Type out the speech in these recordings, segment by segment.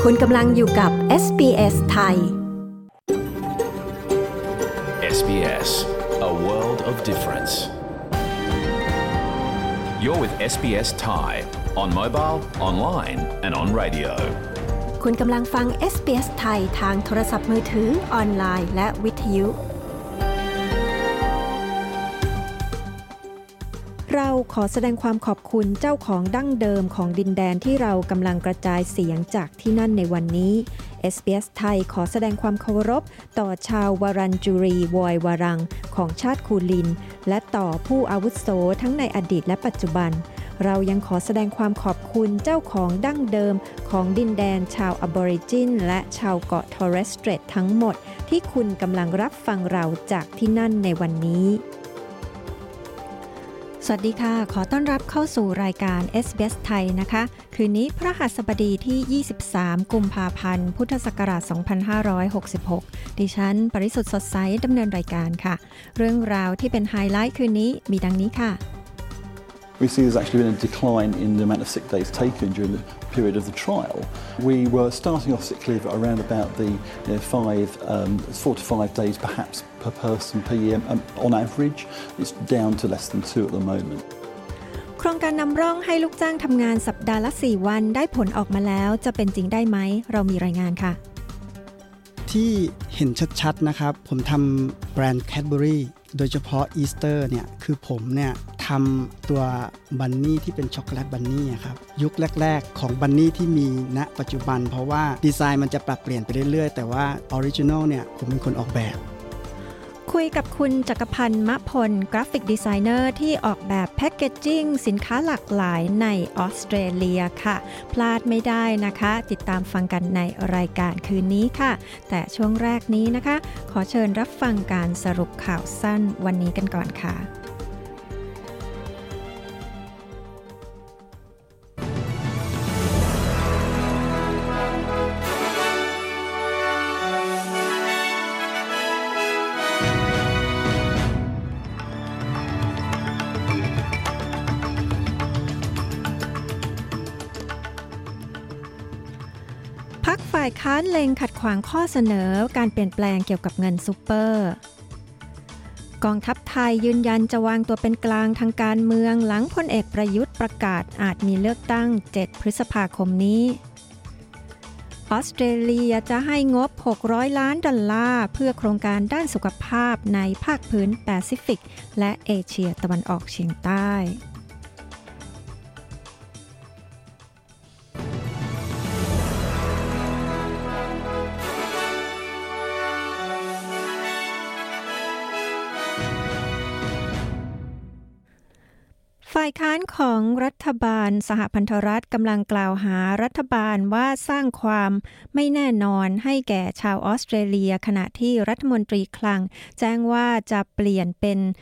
คุณกำลังอยู่กับ SBS ไทย SBS A world of difference. You're with SBS Thai on mobile, online and on radio. คุณกำลังฟัง SBS ไทยทางโทรศัพท์มือถือออนไลน์และวิทยุเราขอแสดงความขอบคุณเจ้าของดั้งเดิมของดินแดนที่เรากำลังกระจายเสียงจากที่นั่นในวันนี้ SBS ไทยขอแสดงความเคารพต่อชาววารันจูรีวอยวารังของชาติคูลินและต่อผู้อาวุโสทั้งในอดีตและปัจจุบันเรายังขอแสดงความขอบคุณเจ้าของดั้งเดิมของดินแดนชาวอบอริจินและชาวเกาะทอร์เรสสเตรททั้งหมดที่คุณกำลังรับฟังเราจากที่นั่นในวันนี้สวัสดีค่ะขอต้อนรับเข้าสู่รายการ SBS ไทยนะคะคืนนี้พฤหัสบดีที่23กุมภาพันธ์พุทธศักราช2566ดิฉันปริสุทธิ์สดใสดำเนินรายการค่ะเรื่องราวที่เป็นไฮไลท์คืนนี้มีดังนี้ค่ะ We see there's actually been a decline in the amount of sick days taken during the period of the trial. We were starting off sick leave at around about the 4 to 5 days perhaps per person per year on average. It's down to less than 2 at the moment. โครงการนำร่องให้ลูกจ้างทำงานสัปดาห์ละ4วันได้ผลออกมาแล้วจะเป็นจริงได้ไหมเรามีรายงานค่ะที่เห็นชัดๆนะครับผมทำแบรนด์ Cadbury โดยเฉพาะอีสเตอร์เนี่ยคือผมเนี่ยทำตัวบันนี่ที่เป็นช็อกโกแลตบันนี่ครับยุคแรกๆของบันนี่ที่มีณปัจจุบันเพราะว่าดีไซน์มันจะปรับเปลี่ยนไปเรื่อยๆแต่ว่าออริจินัลเนี่ยผมเป็นคนออกแบบคุยกับคุณจักรพันธ์มะพลกราฟิกดีไซเนอร์ที่ออกแบบแพคเกจจิ้งสินค้าหลากหลายในออสเตรเลียค่ะพลาดไม่ได้นะคะติดตามฟังกันในรายการคืนนี้ค่ะแต่ช่วงแรกนี้นะคะขอเชิญรับฟังการสรุปข่าวสั้นวันนี้กันก่อนค่ะพรรคฝ่ายค้านเล็งขัดขวางข้อเสนอการเปลี่ยนแปลงเกี่ยวกับเงินซูเปอร์กองทัพไทยยืนยันจะวางตัวเป็นกลางทางการเมืองหลังพลเอกประยุทธ์ประกาศอาจมีเลือกตั้ง7พฤษภาคมนี้ออสเตรเลียจะให้งบ$600 ล้านเพื่อโครงการด้านสุขภาพในภาคพื้นแปซิฟิกและเอเชียตะวันออกเฉียงใต้ฝ่ายค้านของรัฐบาลสหพันธรัฐกำลังกล่าวหารัฐบาลว่าสร้างความไม่แน่นอนให้แก่ชาวออสเตรเลียขณะที่รัฐมนตรีคลังแจ้งว่าจะเปลี่ยน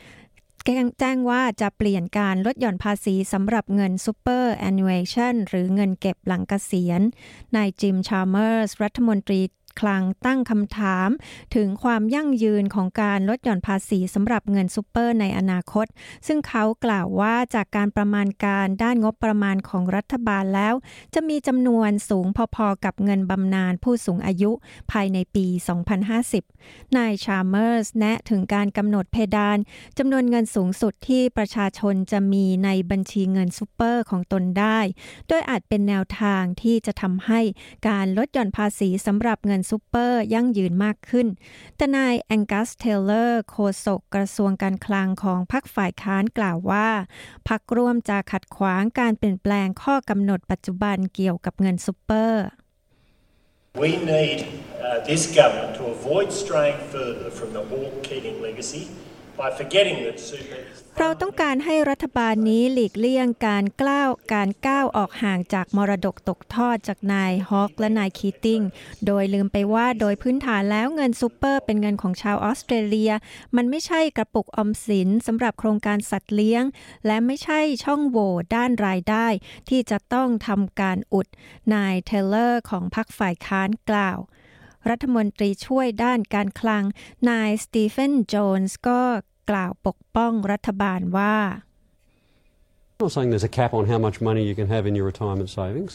การลดหย่อนภาษีสำหรับเงิน Super Annuation หรือเงินเก็บหลังเกษียณนายจิม ชาร์เมอร์สรัฐมนตรีคลังตั้งคำถามถึงความยั่งยืนของการลดหย่อนภาษีสำหรับเงินซูเปอร์ในอนาคตซึ่งเขากล่าวว่าจากการประมาณการด้านงบประมาณของรัฐบาลแล้วจะมีจำนวนสูงพอๆกับเงินบำนาญผู้สูงอายุภายในปี 2050 นายชาร์เมอร์สแนะถึงการกำหนดเพดานจำนวนเงินสูงสุดที่ประชาชนจะมีในบัญชีเงินซูเปอร์ของตนได้โดยอาจเป็นแนวทางที่จะทำให้การลดหย่อนภาษีสำหรับเงินซูเปอร์ยั่งยืนมากขึ้นแต่นายแองกัส เทเลอร์โฆษกกระทรวงการคลังของพรรคฝ่ายค้านกล่าวว่าพรรคร่วมจะขัดขวางการเปลี่ยนแปลงข้อกำหนดปัจจุบันเกี่ยวกับเงินซูเปอร์ We need this government to avoid straying further from the Hawke-Keating legacy by forgetting that superเราต้องการให้รัฐบาลนี้หลีกเลี่ยงการก้าวออกห่างจากมรดกตกทอดจากนายฮอคและนายคีติงโดยลืมไปว่าโดยพื้นฐานแล้วเงินซูเปอร์เป็นเงินของชาวออสเตรเลียมันไม่ใช่กระปุกออมสินสำหรับโครงการสัตว์เลี้ยงและไม่ใช่ช่องโหว่ด้านรายได้ที่จะต้องทำการอุดนายเทเลอร์ของพรรคฝ่ายค้านกล่าวรัฐมนตรีช่วยด้านการคลังนายสตีเฟน โจนส์ก็กล่าวปกป้องรัฐบาลว่า I'm not saying there's a cap on how much money you can have in your retirement savings.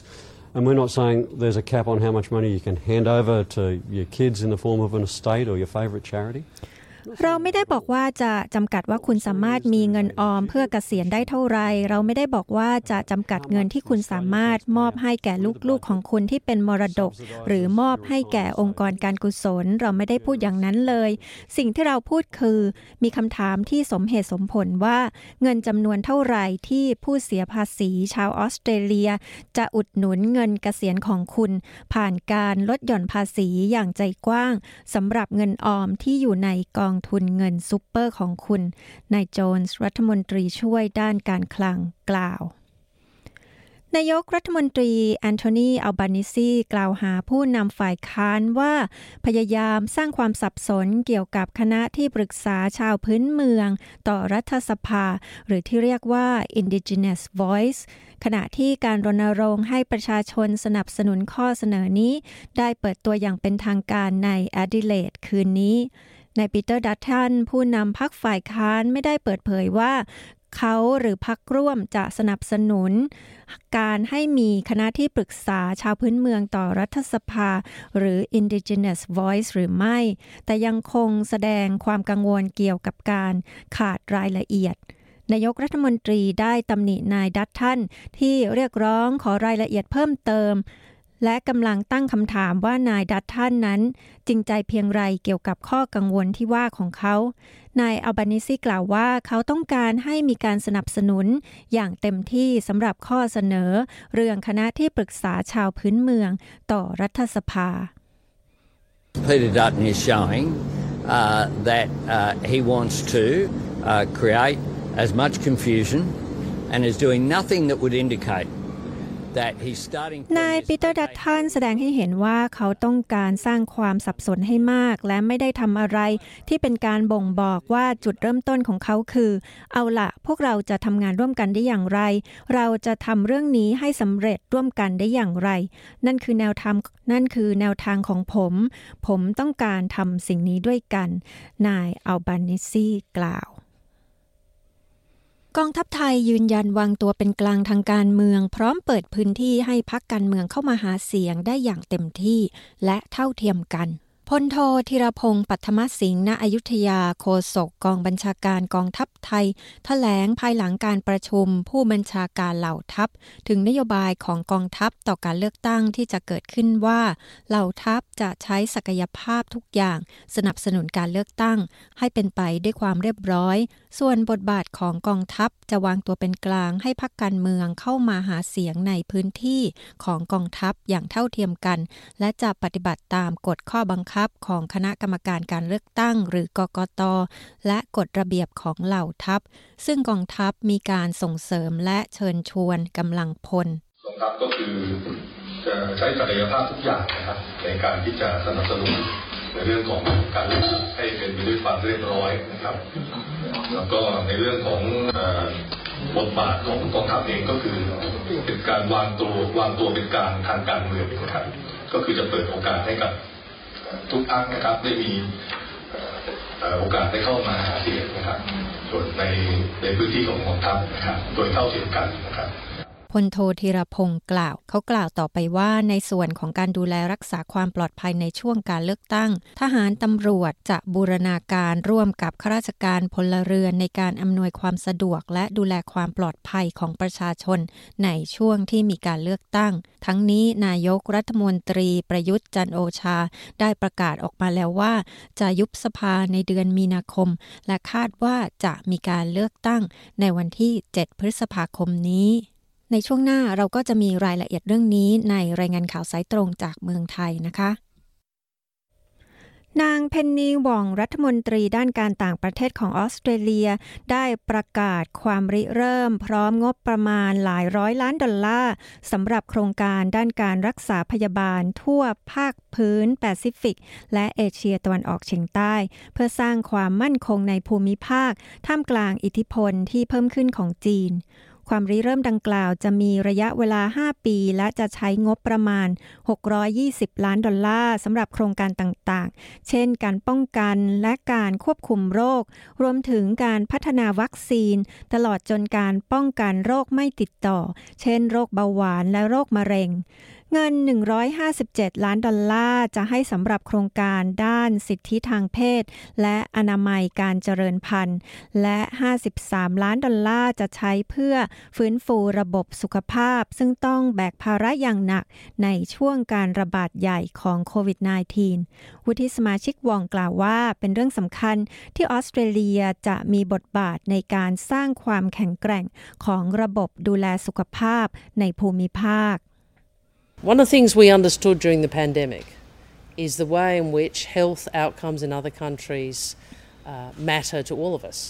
And we're not saying there's a cap on how much money you can hand over to your kids in the form of an estate or your favourite charity. เราไม่ได้บอกว่าจะจำกัดว่าคุณสามารถมีเงินออมเพื่อเกษียณได้เท่าไรเราไม่ได้บอกว่าจะจำกัดเงินที่คุณสามารถมอบให้แก่ลูกๆของคุณที่เป็นมรดกหรือมอบให้แก่องค์กรการกุศลเราไม่ได้พูดอย่างนั้นเลยสิ่งที่เราพูดคือมีคำถามที่สมเหตุสมผลว่าเงินจำนวนเท่าไหร่ที่ผู้เสียภาษีชาวออสเตรเลียจะอุดหนุนเงินเกษียณของคุณผ่านการลดหย่อนภาษีอย่างใจกว้างสำหรับเงินออมที่อยู่ในกองทุนเงินซุปเปอร์ของคุณนายโจนส์รัฐมนตรีช่วยด้านการคลังกล่าวนายกรัฐมนตรีแอนโทนีอัลบานิซีกล่าวหาผู้นำฝ่ายค้านว่าพยายามสร้างความสับสนเกี่ยวกับคณะที่ปรึกษาชาวพื้นเมืองต่อรัฐสภาหรือที่เรียกว่า Indigenous Voice ขณะที่การรณรงค์ให้ประชาชนสนับสนุนข้อเสนอนี้ได้เปิดตัวอย่างเป็นทางการในแอดิเลดคืนนี้นายปีเตอร์ดัตตันผู้นำพรรคฝ่ายค้านไม่ได้เปิดเผยว่าเขาหรือพรรคร่วมจะสนับสนุนการให้มีคณะที่ปรึกษาชาวพื้นเมืองต่อรัฐสภาหรือ Indigenous Voice หรือไม่แต่ยังคงแสดงความกังวลเกี่ยวกับการขาดรายละเอียดนายกรัฐมนตรีได้ตำหนินายดัตตันที่เรียกร้องขอรายละเอียดเพิ่มเติมและกำลังตั้งคำถามว่านายดัตตันนั้นจริงใจเพียงไรเกี่ยวกับข้อกังวลที่ว่าของเขานายอัลบานิซีกล่าวว่าเขาต้องการให้มีการสนับสนุนอย่างเต็มที่สำหรับข้อเสนอเรื่องคณะที่ปรึกษาชาวพื้นเมืองต่อรัฐสภา Peter Dutton is showing that he wants to create as much confusion and is doing nothing that would indicateนายปีเตอร์ดัตตันแสดงให้เห็นว่าเขาต้องการสร้างความสับสนให้มากและไม่ได้ทำอะไรที่เป็นการบ่งบอกว่าจุดเริ่มต้นของเขาคือเอาล่ะพวกเราจะทำงานร่วมกันได้อย่างไรเราจะทำเรื่องนี้ให้สำเร็จร่วมกันได้อย่างไรนั่นคือแนวทางของผมต้องการทำสิ่งนี้ด้วยกันนายอัลบานิซีกล่าวกองทัพไทยยืนยันวางตัวเป็นกลางทางการเมืองพร้อมเปิดพื้นที่ให้พรรคการเมืองเข้ามาหาเสียงได้อย่างเต็มที่และเท่าเทียมกันพลโทธีรพงษ์ปัทมสิงห์ณอยุธยาโฆษกกองบัญชาการกองทัพไทยแถลงภายหลังการประชุมผู้บัญชาการเหล่าทัพถึงนโยบายของกองทัพต่อการเลือกตั้งที่จะเกิดขึ้นว่าเหล่าทัพจะใช้ศักยภาพทุกอย่างสนับสนุนการเลือกตั้งให้เป็นไปด้วยความเรียบร้อยส่วนบทบาทของกองทัพจะวางตัวเป็นกลางให้พรรคการเมืองเข้ามาหาเสียงในพื้นที่ของกองทัพอย่างเท่าเทียมกันและจะปฏิบัติตามกฎข้อบังคับของคณะกรรมการการเลือกตั้งหรือกกต.และกฎระเบียบของเหล่าทัพซึ่งกองทัพมีการส่งเสริมและเชิญชวนกำลังพลกองทัพก็คือจะใช้ศักยภาพทุกอย่างนะครับในการที่จะสนับสนุนในเรื่องของการเลือกตั้งให้เป็นไปด้วยความเรียบร้อยนะครับแล้วก็ในเรื่องของบทบาทของกองทัพเองก็คือเป็นการวางตัวเป็นกลางทางการเมืองนะครับก็คือจะเปิดโอกาสให้กับทุกพรรคนะครับได้มีโอกาสได้เข้ามาหาเสียงนะครับส่วนในพื้นที่ของกองทัพนะครับโดยเท่าเทียมกันนะครับพลโทธีรพงษ์กล่าวเขากล่าวต่อไปว่าในส่วนของการดูแลรักษาความปลอดภัยในช่วงการเลือกตั้งทหารตำรวจจะบูรณาการร่วมกับข้าราชการพลเรือนในการอำนวยความสะดวกและดูแลความปลอดภัยของประชาชนในช่วงที่มีการเลือกตั้งทั้งนี้นายกรัฐมนตรีประยุทธ์จันทร์โอชาได้ประกาศออกมาแล้วว่าจะยุบสภาในเดือนมีนาคมและคาดว่าจะมีการเลือกตั้งในวันที่7 พฤษภาคมนี้ในช่วงหน้าเราก็จะมีรายละเอียดเรื่องนี้ในรายงานข่าวสายตรงจากเมืองไทยนะคะนางเพนนีวองรัฐมนตรีด้านการต่างประเทศของออสเตรเลียได้ประกาศความริเริ่มพร้อมงบประมาณหลายร้อยล้านดอลลาร์สำหรับโครงการด้านการรักษาพยาบาลทั่วภาคพื้นแปซิฟิกและเอเชียตะวันออกเฉียงใต้เพื่อสร้างความมั่นคงในภูมิภาคท่ามกลางอิทธิพลที่เพิ่มขึ้นของจีนความริเริ่มดังกล่าวจะมีระยะเวลา5ปีและจะใช้งบประมาณ620ล้านดอลลาร์สำหรับโครงการต่างๆเช่นการป้องกันและการควบคุมโรครวมถึงการพัฒนาวัคซีนตลอดจนการป้องกันโรคไม่ติดต่อเช่นโรคเบาหวานและโรคมะเร็งเงิน$157 ล้านจะให้สำหรับโครงการด้านสิทธิทางเพศและอนามัยการเจริญพันธุ์และ$53 ล้านจะใช้เพื่อฟื้นฟูระบบสุขภาพซึ่งต้องแบกภาระอย่างหนักในช่วงการระบาดใหญ่ของโควิด -19 วุฒิสมาชิกวองกล่าวว่าเป็นเรื่องสำคัญที่ออสเตรเลียจะมีบทบาทในการสร้างความแข็งแกร่งของระบบดูแลสุขภาพในภูมิภาค One of the things we understood during the pandemic is the way in which health outcomes in other countries matter to all of us,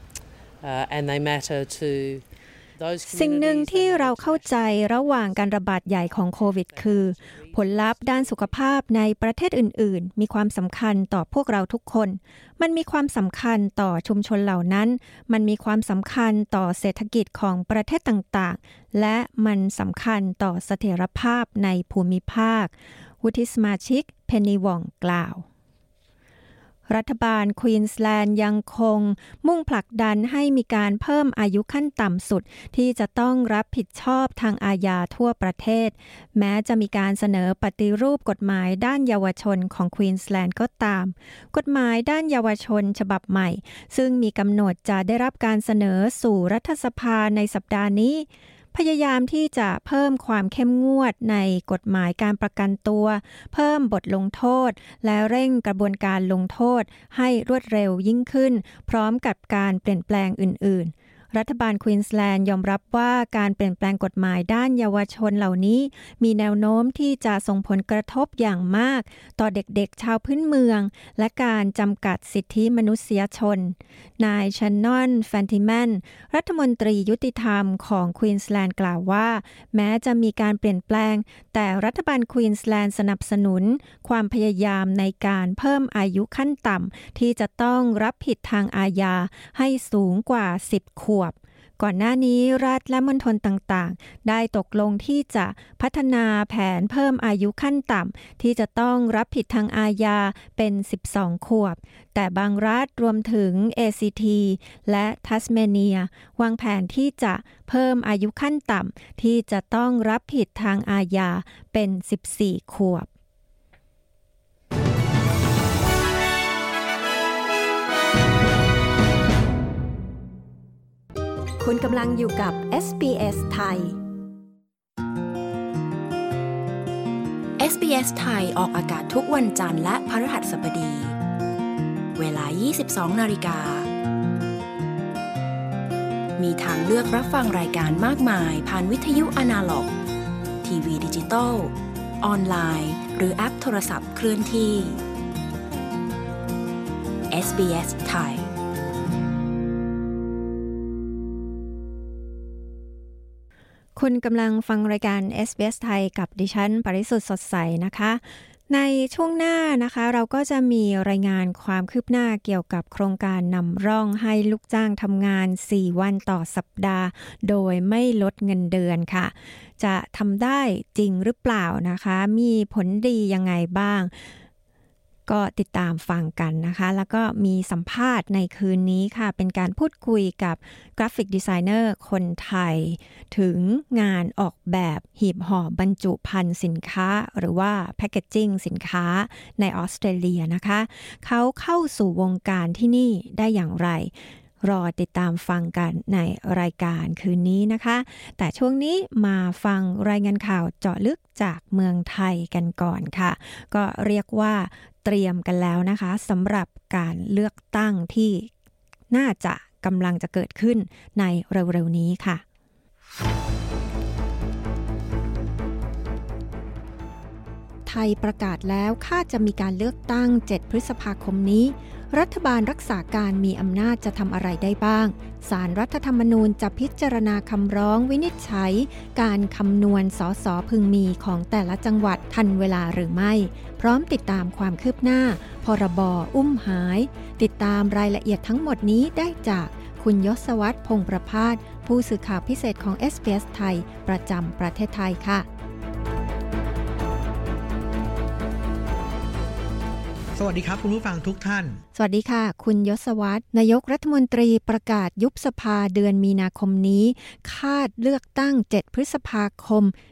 and they matter to those communities. สิ่งหนึ่งที่เราเข้าใจระหว่างการระบาดใหญ่ของโควิดคือผลลัพธ์ด้านสุขภาพในประเทศอื่นๆมีความสำคัญต่อพวกเราทุกคนมันมีความสำคัญต่อชุมชนเหล่านั้นมันมีความสำคัญต่อเศรษฐกิจของประเทศต่างๆและมันสำคัญต่อเสถียรภาพในภูมิภาควุฒิสมาชิกเพนนีวองกล่าวรัฐบาลควีนสแลนด์ยังคงมุ่งผลักดันให้มีการเพิ่มอายุขั้นต่ำสุดที่จะต้องรับผิดชอบทางอาญาทั่วประเทศแม้จะมีการเสนอปฏิรูปกฎหมายด้านเยาวชนของควีนสแลนด์ก็ตามกฎหมายด้านเยาวชนฉบับใหม่ซึ่งมีกำหนดจะได้รับการเสนอสู่รัฐสภาในสัปดาห์นี้พยายามที่จะเพิ่มความเข้มงวดในกฎหมายการประกันตัวเพิ่มบทลงโทษและเร่งกระบวนการลงโทษให้รวดเร็วยิ่งขึ้นพร้อมกับการเปลี่ยนแปลงอื่นๆรัฐบาลควีนสแลนด์ยอมรับว่าการเปลี่ยนแปลงกฎหมายด้านเยาวชนเหล่านี้มีแนวโน้มที่จะส่งผลกระทบอย่างมากต่อเด็กๆชาวพื้นเมืองและการจำกัดสิทธิมนุษยชนนายชันนอนแฟนติแมนรัฐมนตรียุติธรรมของควีนสแลนด์กล่าวว่าแม้จะมีการเปลี่ยนแปลงแต่รัฐบาลควีนสแลนด์สนับสนุนความพยายามในการเพิ่มอายุขั้นต่ำที่จะต้องรับผิดทางอาญาให้สูงกว่า10 ขวบก่อนหน้านี้รัฐและมณฑลต่างๆได้ตกลงที่จะพัฒนาแผนเพิ่มอายุขั้นต่ำที่จะต้องรับผิดทางอาญาเป็น12 ขวบแต่บางรัฐรวมถึง ACT และทัสเมเนียวางแผนที่จะเพิ่มอายุขั้นต่ำที่จะต้องรับผิดทางอาญาเป็น14 ขวบคุณกำลังอยู่กับ SBS ไทย SBS ไทยออกอากาศทุกวันจันทร์และพฤหัสบดี เวลา 22:00 น. มีทางเลือกรับฟังรายการมากมายผ่านวิทยุอนาล็อก ทีวีดิจิตอลออนไลน์หรือแอปโทรศัพท์เคลื่อนที่ SBS ไทยคุณกำลังฟังรายการ SBS ไทยกับดิฉันปริสุทธิ์สดใสนะคะในช่วงหน้านะคะเราก็จะมีรายงานความคืบหน้าเกี่ยวกับโครงการนำร่องให้ลูกจ้างทำงาน4 วันต่อสัปดาห์โดยไม่ลดเงินเดือนค่ะจะทำได้จริงหรือเปล่านะคะมีผลดียังไงบ้างก็ติดตามฟังกันนะคะแล้วก็มีสัมภาษณ์ในคืนนี้ค่ะเป็นการพูดคุยกับกราฟิกดีไซเนอร์คนไทยถึงงานออกแบบหีบห่อบรรจุภัณฑ์สินค้าหรือว่าแพคเกจจิ้งสินค้าในออสเตรเลียนะคะเขาเข้าสู่วงการที่นี่ได้อย่างไรรอติดตามฟังกันในรายการคืนนี้นะคะแต่ช่วงนี้มาฟังรายงานข่าวเจาะลึกจากเมืองไทยกันก่อนค่ะก็เรียกว่าเตรียมกันแล้วนะคะสำหรับการเลือกตั้งที่น่าจะกำลังจะเกิดขึ้นในเร็วๆนี้ค่ะไทยประกาศแล้วคาดจะมีการเลือกตั้ง7 พฤษภาคมนี้รัฐบาลรักษาการมีอำนาจจะทำอะไรได้บ้างศาลรัฐธรรมนูญจะพิจารณาคำร้องวินิจฉัยการคำนวณสสพึงมีของแต่ละจังหวัดทันเวลาหรือไม่พร้อมติดตามความคืบหน้าพรบ.อุ้มหายติดตามรายละเอียดทั้งหมดนี้ได้จากคุณยศวรรษ พงษ์ประภาสผู้สื่อข่าวพิเศษของ SBS ไทยประจำประเทศไทยค่ะสวัสดีครับคุณผู้ฟังทุกท่านสวัสดีค่ะคุณยศวรรษนายกรัฐมนตรีประกาศยุบสภาเดือนมีนาคมนี้คาดเลือกตั้ง7 พฤษภาคม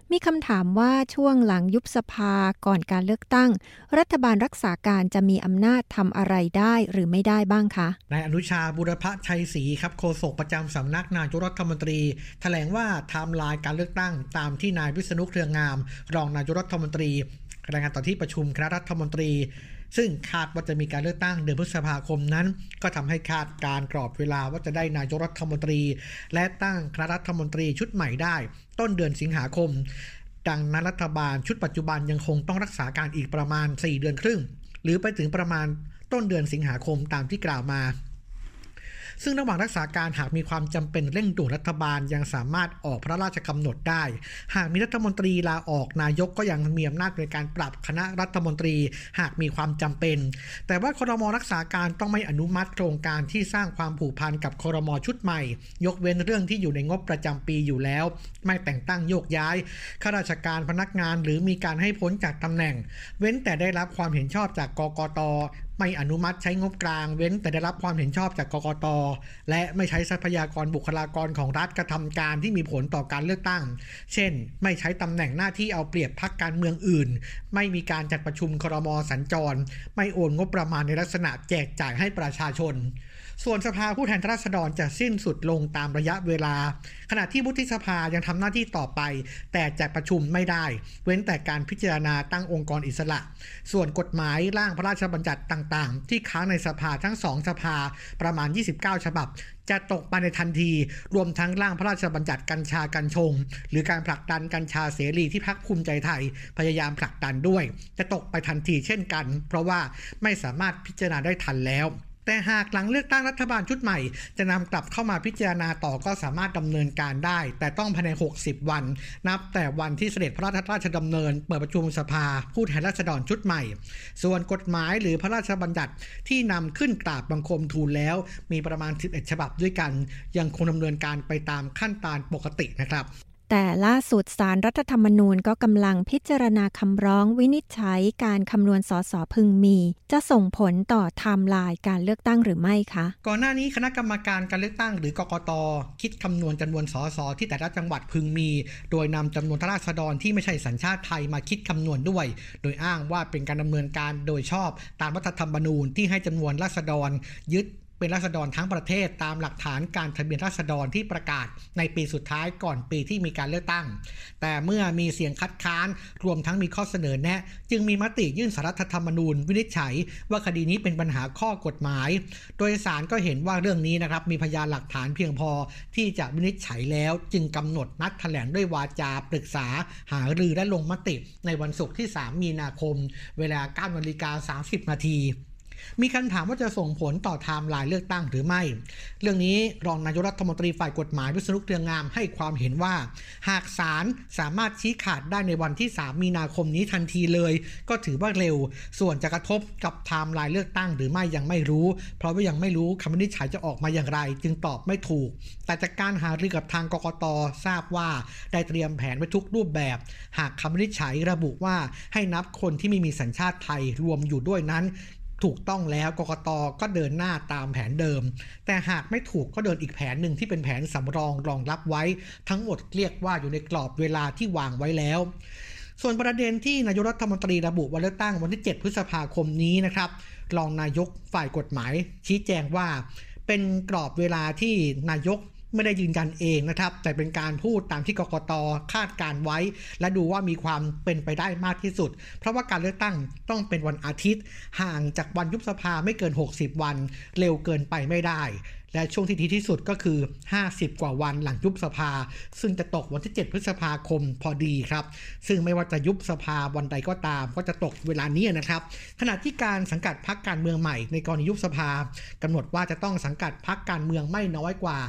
มีคำถามว่าช่วงหลังยุบสภาก่อนการเลือกตั้งรัฐบาลรักษาการจะมีอำนาจทำอะไรได้หรือไม่ได้บ้างคะนายอนุชาบุรพชัยศรีครับโฆษกประจำสำนักนายกรัฐมนตรีแถลงว่าไทม์ไลน์การเลือกตั้งตามที่นายวิษณุเครืองามรองนายกรัฐมนตรีรายงานต่อที่ประชุมคณะรัฐมนตรีซึ่งคาดว่าจะมีการเลือกตั้งเดือนพฤษภาคมนั้นก็ทำให้คาดการกรอบเวลาว่าจะได้นายกรัฐมนตรีและตั้งคณะรัฐมนตรีชุดใหม่ได้ต้นเดือนสิงหาคมดังนั้นรัฐบาลชุดปัจจุบันยังคงต้องรักษาการอีกประมาณ4 เดือนครึ่งหรือไปถึงประมาณต้นเดือนสิงหาคมตามที่กล่าวมาซึ่งระหว่างรักษาการหากมีความจำเป็นเร่งด่วนรัฐบาลยังสามารถออกพระราชกำหนดได้หากมีรัฐมนตรีลาออกนายกก็ยังมีอำนาจในการปรับคณะรัฐมนตรีหากมีความจำเป็นแต่ว่าครม.รักษาการต้องไม่อนุมัติโครงการที่สร้างความผูกพันกับครม.ชุดใหม่ยกเว้นเรื่องที่อยู่ในงบประจำปีอยู่แล้วไม่แต่งตั้งโยกย้ายข้าราชการพนักงานหรือมีการให้พ้นจากตำแหน่งเว้นแต่ได้รับความเห็นชอบจากกกต.ไม่อนุมัติใช้งบกลางเว้นแต่ได้รับความเห็นชอบจากกกต.และไม่ใช้ทรัพยากรบุคลากรของรัฐกระทำการที่มีผลต่อการเลือกตั้งเช่นไม่ใช้ตำแหน่งหน้าที่เอาเปรียบพรรคการเมืองอื่นไม่มีการจัดประชุมครม.สัญจรไม่โอนงบประมาณในลักษณะแจกจ่ายให้ประชาชนส่วนสภาผู้แทนราษฎรจะสิ้นสุดลงตามระยะเวลาขณะที่วุฒิสภายังทำหน้าที่ต่อไปแต่จัดประชุมไม่ได้เว้นแต่การพิจารณาตั้งองค์กรอิสระส่วนกฎหมายร่างพระราชบัญญัติต่างๆที่ค้างในสภาทั้ง2สภาประมาณ29ฉบับจะตกไปในทันทีรวมทั้งร่างพระราชบัญญัติกัญชากัญชงหรือการผลักดันกัญชาเสรีที่พรรคภูมิใจไทยพยายามผลักดันด้วยจะตกไปทันทีเช่นกันเพราะว่าไม่สามารถพิจารณาได้ทันแล้วแต่หากหลังเลือกตั้งรัฐบาลชุดใหม่จะนำกลับเข้ามาพิจารณาต่อก็สามารถดำเนินการได้แต่ต้องภายใน60วันนับแต่วันที่เสด็จพระราชดำเนินเปิดประชุมสภาผู้แทนราษฎรชุดใหม่ส่วนกฎหมายหรือพระราชบัญญัติที่นำขึ้นกราบบังคมทูลแล้วมีประมาณ11ฉบับด้วยกันยังคงดำเนินการไปตามขั้นตอนปกตินะครับแต่ล่าสุดศาลรัฐธรรมนูญก็กำลังพิจารณาคำร้องวินิจฉัยการคำนวณสสพึงมีจะส่งผลต่อไทม์ไลน์การเลือกตั้งหรือไม่คะก่อนหน้านี้คณะกรรมการการเลือกตั้งหรือกกต.คิดคำนวณจำนวนสสที่แต่ละจังหวัดพึงมีโดยนำจำนวนราษฎรที่ไม่ใช่สัญชาติไทยมาคิดคำนวณด้วยโดยอ้างว่าเป็นการดำเนินการโดยชอบตามรัฐธรรมนูญที่ให้จำนวนราษฎรยึดเป็นราษฎรทั้งประเทศตามหลักฐานการทะเบียนราษฎรที่ประกาศในปีสุดท้ายก่อนปีที่มีการเลือกตั้งแต่เมื่อมีเสียงคัดค้านรวมทั้งมีข้อเสนอแนะจึงมีมติยื่นศาลรัฐธรรมนูญวินิจฉัยว่าคดีนี้เป็นปัญหาข้อกฎหมายโดยศาลก็เห็นว่าเรื่องนี้นะครับมีพยานหลักฐานเพียงพอที่จะวินิจฉัยแล้วจึงกำหนดนัดแถลงด้วยวาจาปรึกษาหารือและลงมติในวันศุกร์ที่3มีนาคมเวลา 9:30 น.มีคำถามว่าจะส่งผลต่อไทม์ไลน์เลือกตั้งหรือไม่เรื่องนี้รองนายกรัฐมนตรีฝ่ายกฎหมายวิษณุเครืองามให้ความเห็นว่าหากศาลสามารถชี้ขาดได้ในวันที่3มีนาคมนี้ทันทีเลยก็ถือว่าเร็วส่วนจะกระทบกับไทม์ไลน์เลือกตั้งหรือไม่ยังไม่รู้เพราะว่ายังไม่รู้คำวินิจฉัยจะออกมาอย่างไรจึงตอบไม่ถูกแต่จากการหารือกับทางกกต.ทราบว่าได้เตรียมแผนไว้ทุกรูปแบบหากคำวินิจฉัยระบุว่าให้นับคนที่ไม่มีสัญชาติไทยรวมอยู่ด้วยนั้นถูกต้องแล้วกกต.ก็เดินหน้าตามแผนเดิมแต่หากไม่ถูกก็เดินอีกแผนหนึ่งที่เป็นแผนสำรองรองรับไว้ทั้งหมดเรียกว่าอยู่ในกรอบเวลาที่วางไว้แล้วส่วนประเด็นที่นายกรัฐมนตรีระบุวันเลือกตั้งวันที่7พฤษภาคมนี้นะครับรองนายกฝ่ายกฎหมายชี้แจงว่าเป็นกรอบเวลาที่นายกไม่ได้ยืนยันเองนะครับแต่เป็นการพูดตามที่กกต.คาดการไว้และดูว่ามีความเป็นไปได้มากที่สุดเพราะว่าการเลือกตั้งต้องเป็นวันอาทิตย์ห่างจากวันยุบสภาไม่เกิน60วันเร็วเกินไปไม่ได้และช่วงที่ดีที่สุดก็คือ50กว่าวันหลังยุบสภาซึ่งจะตกวันที่7พฤษภาคมพอดีครับซึ่งไม่ว่าจะยุบสภาวันใดก็ตามก็จะตกเวลานี้นะครับขณะที่การสังกัดพรรคการเมืองใหม่ในกรณียุบสภากำหนดว่าจะต้องสังกัดพรรคการเมืองไม่น้อยกว่า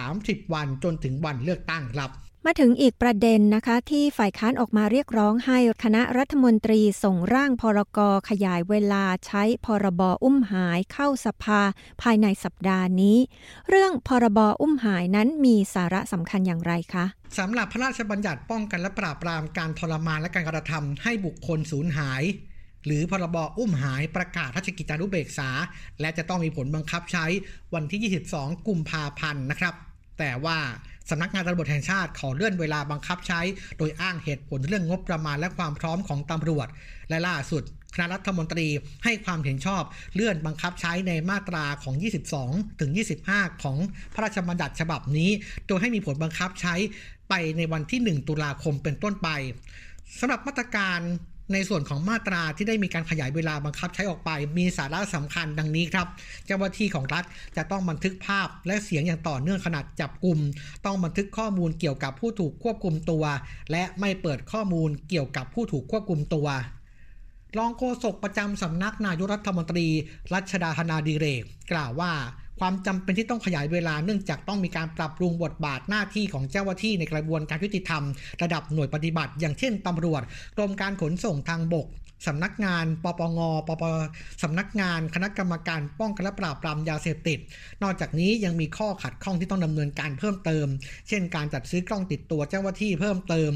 30วันจนถึงวันเลือกตั้งครับมาถึงอีกประเด็นนะคะที่ฝ่ายค้านออกมาเรียกร้องให้คณะรัฐมนตรีส่งร่างพรก.ขยายเวลาใช้พรบ.อุ้มหายเข้าสภาภายในสัปดาห์นี้เรื่องพรบ.อุ้มหายนั้นมีสาระสำคัญอย่างไรคะสำหรับพระราชบัญญัติป้องกันและปราบปรามการทรมานและการกระทำให้บุคคลสูญหายหรือพรบ.อุ้มหายประกาศราชกิจจานุเบกษาและจะต้องมีผลบังคับใช้วันที่22กุมภาพันธ์นะครับแต่ว่าสำนักงานตำรวจแห่งชาติขอเลื่อนเวลาบังคับใช้โดยอ้างเหตุผลเรื่องงบประมาณและความพร้อมของตำรวจและล่าสุดคณะรัฐมนตรีให้ความเห็นชอบเลื่อนบังคับใช้ในมาตราของ22ถึง25ของพระราชบัญญัติฉบับนี้โดยให้มีผลบังคับใช้ไปในวันที่1ตุลาคมเป็นต้นไปสำหรับมาตรการในส่วนของมาตราที่ได้มีการขยายเวลาบังคับใช้ออกไปมีสาระสำคัญดังนี้ครับเจ้าหน้าที่ของรัฐจะต้องบันทึกภาพและเสียงอย่างต่อเนื่องขณะจับกุมต้องบันทึกข้อมูลเกี่ยวกับผู้ถูกควบคุมตัวและไม่เปิดข้อมูลเกี่ยวกับผู้ถูกควบคุมตัวรองโฆษกประจำสำนักนายกรัฐมนตรีรัชดาธนาดิเรกกล่าวว่าความจำเป็นที่ต้องขยายเวลาเนื่องจากต้องมีการปรับปรุงบทบาทหน้าที่ของเจ้าหน้าที่ในกระบวนการยุติธรรมระดับหน่วยปฏิบัติอย่างเช่นตำรวจกรมการขนส่งทางบกสำนักงานปปงสำนักงานคณะกรรมการป้องกันและปราบปรามยาเสพติดนอกจากนี้ยังมีข้อขัดข้องที่ต้องดำเนินการเพิ่มเติมเช่นการจัดซื้อกล้องติดตัวเจ้าหน้าที่เพิ่มเติม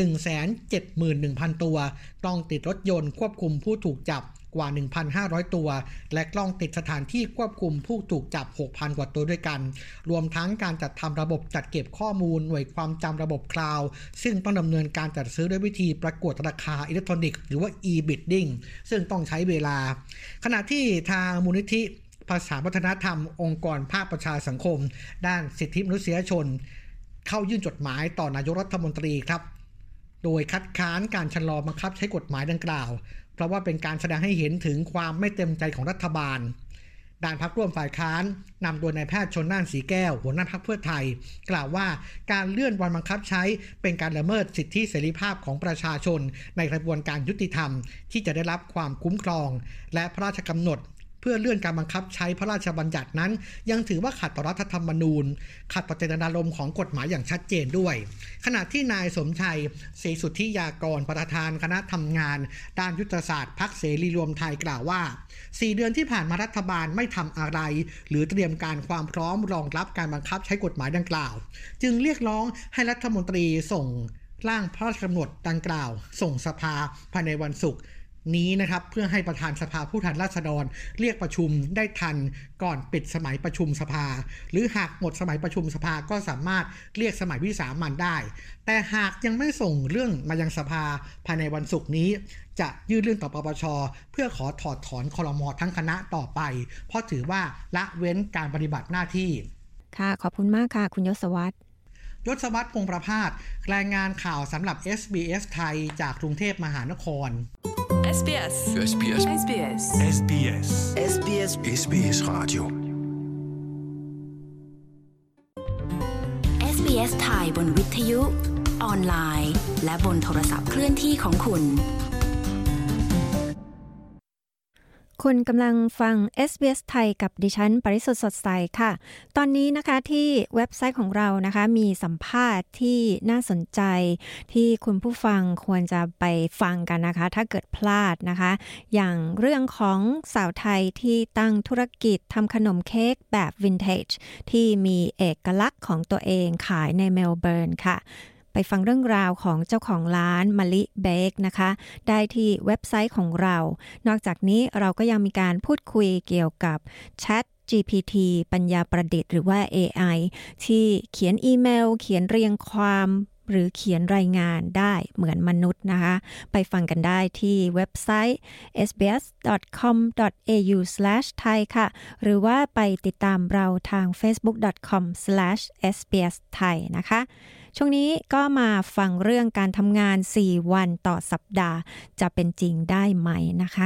171,000 ตัวกล้องติดรถยนต์ควบคุมผู้ถูกจับกว่า 1,500 ตัวและกล้องติดสถานที่ควบคุมผู้ถูกจับ 6,000 กว่าตัวด้วยกันรวมทั้งการจัดทำระบบจัดเก็บข้อมูลหน่วยความจำระบบคลาวด์ซึ่งต้องดำเนินการจัดซื้อด้วยวิธีประกวดราคาอิเล็กทรอนิกส์หรือว่า e-bidding ซึ่งต้องใช้เวลาขณะที่ทางมูลนิธิภาษาวัฒนธรรมองค์กรภาคประชาสังคมด้านสิทธิมนุษยชนเข้ายื่นจดหมายต่อนายกรัฐมนตรีครับโดยคัดค้านการชะลอบังคับใช้กฎหมายดังกล่าวเพราะว่าเป็นการแสดงให้เห็นถึงความไม่เต็มใจของรัฐบาลด้านพรรคร่วมฝ่ายค้านนำโดยนายแพทย์ชลน่านสีแก้วหัวหน้าพรรคเพื่อไทยกล่าวว่าการเลื่อนวันบังคับใช้เป็นการละเมิดสิทธิเสรีภาพของประชาชนในกระบวนการยุติธรรมที่จะได้รับความคุ้มครองและพระราชกำหนดเพื่อเลื่อนการบังคับใช้พระราชบัญญัตินั้นยังถือว่าขัดต่อรัฐธรรมนูญขัดต่อเจตนารมณ์ของกฎหมายอย่างชัดเจนด้วยขณะที่นายสมชัยศรีสุทธิยากรประธานคณะทำงานด้านยุทธศาสตร์พรรคเสรีรวมไทยกล่าวว่า4 เดือนที่ผ่านมารัฐบาลไม่ทำอะไรหรือเตรียมการความพร้อมรองรับการบังคับใช้กฎหมายดังกล่าวจึงเรียกร้องให้รัฐมนตรีส่งร่างพระราชกำหนดดังกล่าวส่งสภาภายในวันศุกร์นี้นะครับเพื่อให้ประธานสภาผู้แทนราษฎรเรียกประชุมได้ทันก่อนปิดสมัยประชุมสภาหรือหากหมดสมัยประชุมสภาก็สามารถเรียกสมัยวิสามัญได้แต่หากยังไม่ส่งเรื่องมายังสภาภายในวันศุกร์นี้จะยื่นเรื่องต่อปปช.เพื่อขอถอดถอนครม.ทั้งคณะต่อไปเพราะถือว่าละเว้นการปฏิบัติหน้าที่ค่ะขอบคุณมากค่ะคุณยศวัฒน์ยศวัฒน์พงษ์ประภาสรายงานข่าวสำหรับ SBS ไทยจากกรุงเทพมหานคร SBS SBS SBS SBS SBS SBS Radio SBS ไทยบนวิทยุออนไลน์และบนโทรศัพท์เคลื่อนที่ของคุณคุณกำลังฟัง SBS ไทยกับดิฉันปริสุทธิ์สดใสค่ะตอนนี้นะคะที่เว็บไซต์ของเรานะคะมีสัมภาษณ์ที่น่าสนใจที่คุณผู้ฟังควรจะไปฟังกันนะคะถ้าเกิดพลาดนะคะอย่างเรื่องของสาวไทยที่ตั้งธุรกิจทำขนมเค้กแบบวินเทจที่มีเอกลักษณ์ของตัวเองขายในเมลเบิร์นค่ะไปฟังเรื่องราวของเจ้าของร้านมะลิเบคนะคะได้ที่เว็บไซต์ของเรานอกจากนี้เราก็ยังมีการพูดคุยเกี่ยวกับ Chat GPT ปัญญาประดิษฐ์หรือว่า AI ที่เขียนอีเมลเขียนเรียงความหรือเขียนรายงานได้เหมือนมนุษย์นะคะไปฟังกันได้ที่เว็บไซต์ sbs.com.au/thai ค่ะหรือว่าไปติดตามเราทาง facebook.com/sbsthai นะคะช่วงนี้ก็มาฟังเรื่องการทำงาน4 วันต่อสัปดาห์จะเป็นจริงได้ไหมนะคะ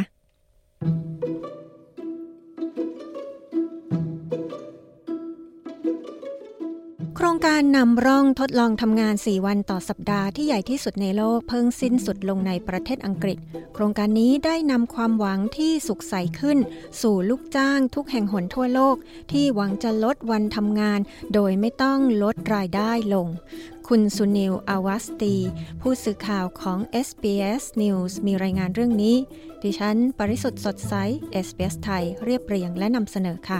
โครงการนำร่องทดลองทำงาน4 วันต่อสัปดาห์ที่ใหญ่ที่สุดในโลกเพิ่งสิ้นสุดลงในประเทศอังกฤษโครงการนี้ได้นำความหวังที่สุขใสขึ้นสู่ลูกจ้างทุกแห่งหนทั่วโลกที่หวังจะลดวันทำงานโดยไม่ต้องลดรายได้ลงคุณสุนิล อวัสตีผู้สื่อข่าวของ SBS News มีรายงานเรื่องนี้ดิฉันปริสุทธิ์สดใส SBS ไทยเรียบเรียงและนำเสนอค่ะ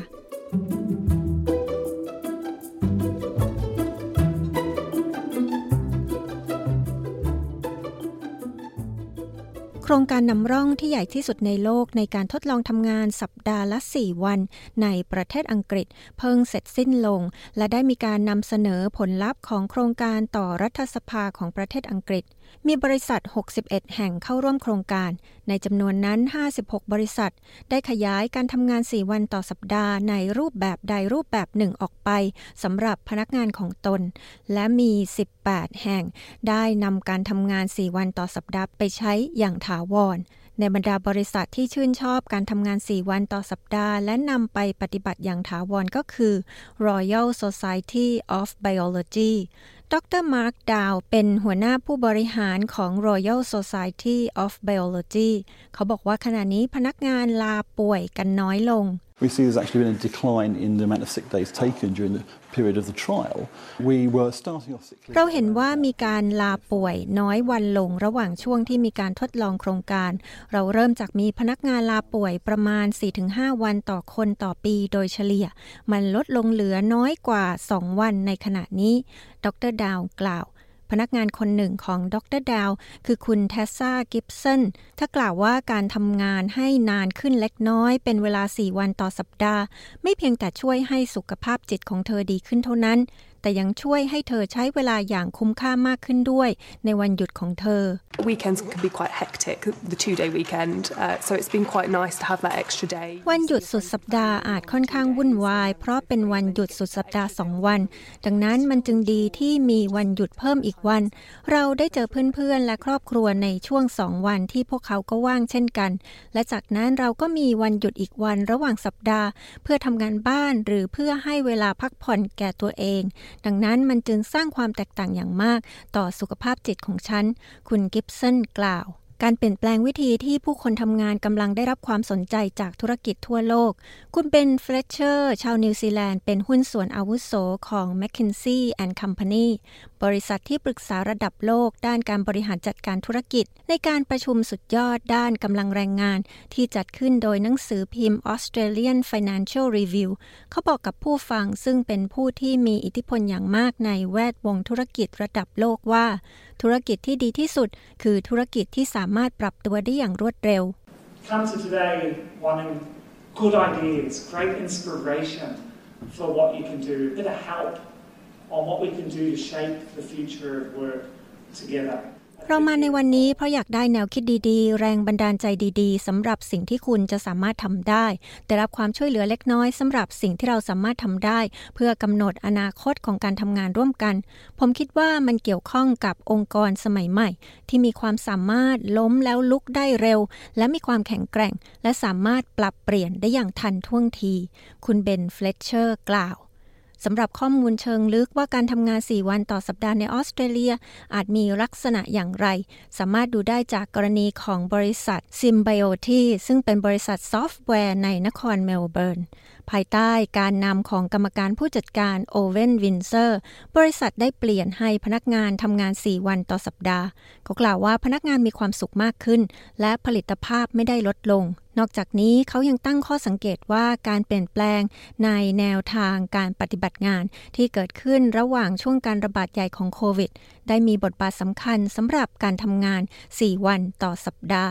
โครงการนำร่องที่ใหญ่ที่สุดในโลกในการทดลองทำงานสัปดาห์ละ 4 วันในประเทศอังกฤษเพิ่งเสร็จสิ้นลงและได้มีการนำเสนอผลลัพธ์ของโครงการต่อรัฐสภาของประเทศอังกฤษมีบริษัท61แห่งเข้าร่วมโครงการในจำนวนนั้น56บริษัทได้ขยายการทำงาน4วันต่อสัปดาห์ในรูปแบบใดรูปแบบหนึ่งออกไปสำหรับพนักงานของตนและมี18แห่งได้นำการทำงาน4วันต่อสัปดาห์ไปใช้อย่างถาวรในบรรดาบริษัทที่ชื่นชอบการทำงาน4วันต่อสัปดาห์และนำไปปฏิบัติอย่างถาวรก็คือ Royal Society of Biology ดร. มาร์ค ดาวเป็นหัวหน้าผู้บริหารของ Royal Society of Biology เขาบอกว่าขณะนี้พนักงานลาป่วยกันน้อยลง We see there's actually been a decline in the amount of sick days taken during the period of the trial. We were starting off sick leave. เราเห็นว่ามีการลาป่วยน้อยวันลงระหว่างช่วงที่มีการทดลองโครงการเราเริ่มจากมีพนักงานลาป่วยประมาณ 4-5 วันต่อคนต่อปีโดยเฉลี่ยมันลดลงเหลือน้อยกว่า 2 วันในขณะนี้ดร. ดาวกล่าวพนักงานคนหนึ่งของดร. ดาวคือคุณเทสซา กิฟสันถ้ากล่าวว่าการทำงานให้นานขึ้นเล็กน้อยเป็นเวลา4วันต่อสัปดาห์ไม่เพียงแต่ช่วยให้สุขภาพจิตของเธอดีขึ้นเท่านั้นแต่ยังช่วยให้เธอใช้เวลาอย่างคุ้มค่ามากขึ้นด้วยในวันหยุดของเธอ Weekends can be quite hectic, the 2-day weekend, so it's been quite nice to have that extra day. วันหยุดสุดสัปดาห์อาจค่อนข้างวุ่นวายเพราะเป็นวันหยุดสุดสัปดาห์2วันดังนั้นมันจึงดีที่มีวันหยุดเพิ่มอีกวันเราได้เจอเพื่อนๆและครอบครัวในช่วง2วันที่พวกเขาก็ว่างเช่นกันและจากนั้นเราก็มีวันหยุดอีกวันระหว่างสัปดาห์เพื่อทำงานบ้านหรือเพื่อให้เวลาพักผ่อนแก่ตัวเองดังนั้นมันจึงสร้างความแตกต่างอย่างมากต่อสุขภาพจิตของฉันคุณกิฟสันกล่าวการเปลี่ยนแปลงวิธีที่ผู้คนทำงานกำลังได้รับความสนใจจากธุรกิจทั่วโลกคุณเบน เฟลเชอร์ชาวนิวซีแลนด์เป็นหุ้นส่วนอาวุโสของ McKinsey & Company บริษัทที่ปรึกษาระดับโลกด้านการบริหารจัดการธุรกิจในการประชุมสุดยอดด้านกำลังแรงงานที่จัดขึ้นโดยหนังสือพิมพ์ Australian Financial Review เขาบอกกับผู้ฟังซึ่งเป็นผู้ที่มีอิทธิพลอย่างมากในแวดวงธุรกิจระดับโลกว่าธุรกิจที่ดีที่สุดคือธุรกิจที่สามารถปรับตัวได้อย่างรวดเร็ว Come to today wanting good ideas, great inspiration for what you can do, a bit of help on what we can do to shape the future of work together. เรามาในวันนี้เพราะอยากได้แนวคิดดีๆแรงบันดาลใจดีๆสำหรับสิ่งที่คุณจะสามารถทำได้ได้รับความช่วยเหลือเล็กน้อยสำหรับสิ่งที่เราสามารถทำได้เพื่อกำหนดอนาคตของการทำงานร่วมกันผมคิดว่ามันเกี่ยวข้องกับองค์กรสมัยใหม่ที่มีความสามารถล้มแล้วลุกได้เร็วและมีความแข็งแกร่งและสามารถปรับเปลี่ยนได้อย่างทันท่วงทีคุณเบน เฟลเชอร์กล่าวสำหรับข้อมูลเชิงลึกว่าการทำงาน4วันต่อสัปดาห์ในออสเตรเลียอาจมีลักษณะอย่างไรสามารถดูได้จากกรณีของบริษัท Symbiote ซึ่งเป็นบริษัทซอฟต์แวร์ในนครเมลเบิร์นภายใต้การนำของกรรมการผู้จัดการโอเวนวินเซอร์บริษัทได้เปลี่ยนให้พนักงานทำงาน4วันต่อสัปดาห์เขากล่าวว่าพนักงานมีความสุขมากขึ้นและผลิตภาพไม่ได้ลดลงนอกจากนี้เขายังตั้งข้อสังเกตว่าการเปลี่ยนแปลงในแนวทางการปฏิบัติงานที่เกิดขึ้นระหว่างช่วงการระบาดใหญ่ของโควิดได้มีบทบาทสำคัญสำหรับการทำงาน4วันต่อสัปดาห์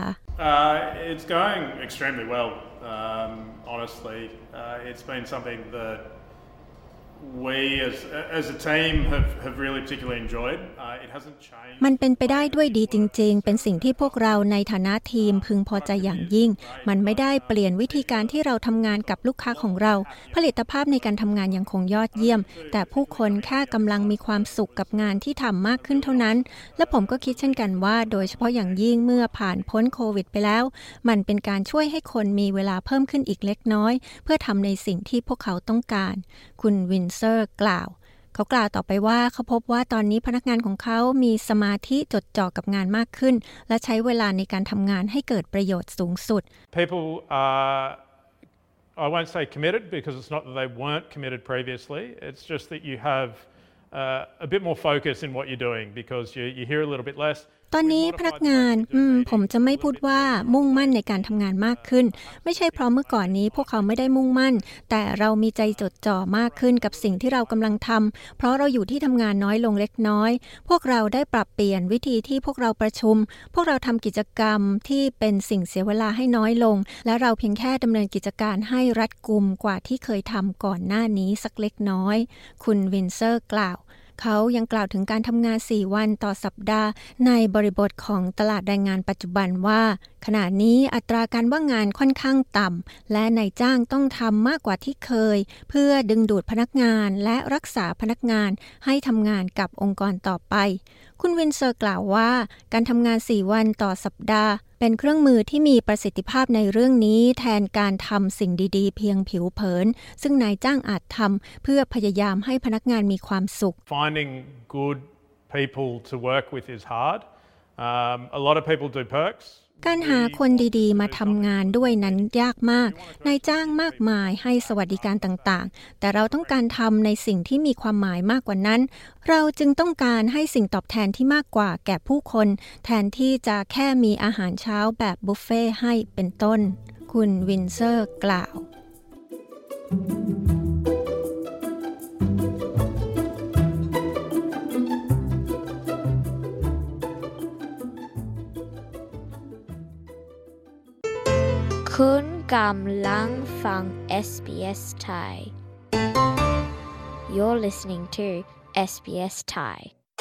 It's going extremely well, honestly. It's been something that we as a team have really particularly enjoyed. It hasn't changed. มันเป็นไปได้ด้วยดีจริงๆเป็นสิ่งที่พวกเราในฐานะทีมพึงพอใจอย่างยิ่งมันไม่ได้เปลี่ยนวิธีการที่เราทำงานกับลูกค้าของเราผลิตภาพในการทำงานยังคงยอดเยี่ยมแต่ผู้คนแค่กำลังมีความสุขกับงานที่ทำมากขึ้นเท่านั้นและผมก็คิดเช่นกันว่าโดยเฉพาะอย่างยิ่งเมื่อผ่านพ้นโควิดไปแล้วมันเป็นการช่วยให้คนมีเวลาเพิ่มขึ้นอีกเล็กน้อยเพื่อทำในสิ่งที่พวกเขาต้องการคุณวินเซอร์กล่าวเขากล่าวต่อไปว่าเขาพบว่าตอนนี้พนักงานของเขามีสมาธิจดจ่อกับงานมากขึ้นและใช้เวลาในการทำงานให้เกิดประโยชน์สูงสุด People are, I won't say committed because it's not that they weren't committed previously. It's just that you have a bit more focus in what you're doing because you hear a little bit less. ตอนนี้พนักงานผมจะไม่พูดว่ามุ่งมั่นในการทำงานมากขึ้นไม่ใช่เพราะเมื่อก่อนนี้พวกเขาไม่ได้มุ่งมั่นแต่เรามีใจจดจ่อมากขึ้นกับสิ่งที่เรากำลังทำเพราะเราอยู่ที่ทำงานน้อยลงเล็กน้อยพวกเราได้ปรับเปลี่ยนวิธีที่พวกเราประชุมพวกเราทำกิจกรรมที่เป็นสิ่งเสียเวลาให้น้อยลงและเราเพียงแค่ดำเนินกิจการให้รัดกุมกว่าที่เคยทำก่อนหน้านี้สักเล็กน้อยคุณวินเซอร์กล่าวเขายังกล่าวถึงการทำงาน4วันต่อสัปดาห์ในบริบทของตลาดแรงงานปัจจุบันว่าขณะนี้อัตราการว่างงานค่อนข้างต่ำและนายจ้างต้องทำมากกว่าที่เคยเพื่อดึงดูดพนักงานและรักษาพนักงานให้ทำงานกับองค์กรต่อไปคุณวินเซอร์กล่าวว่าการทำงาน4วันต่อสัปดาห์เป็นเครื่องมือที่มีประสิทธิภาพในเรื่องนี้แทนการทำสิ่งดีๆเพียงผิวเผินซึ่งนายจ้างอาจทำเพื่อพยายามให้พนักงานมีความสุข Finding good people to work with is hard. A lot of people do perks. การหาคนดีๆมาทำงานด้วยนั้นยากมากนายจ้างมากมายให้สวัสดิการต่างๆแต่เราต้องการทำในสิ่งที่มีความหมายมากกว่านั้นเราจึงต้องการให้สิ่งตอบแทนที่มากกว่าแก่ผู้คนแทนที่จะแค่มีอาหารเช้าแบบบุฟเฟ่ให้เป็นต้นคุณวินเซอร์กล่าวคุณกำลังฟัง SBS Thai You're listening to SBS Thai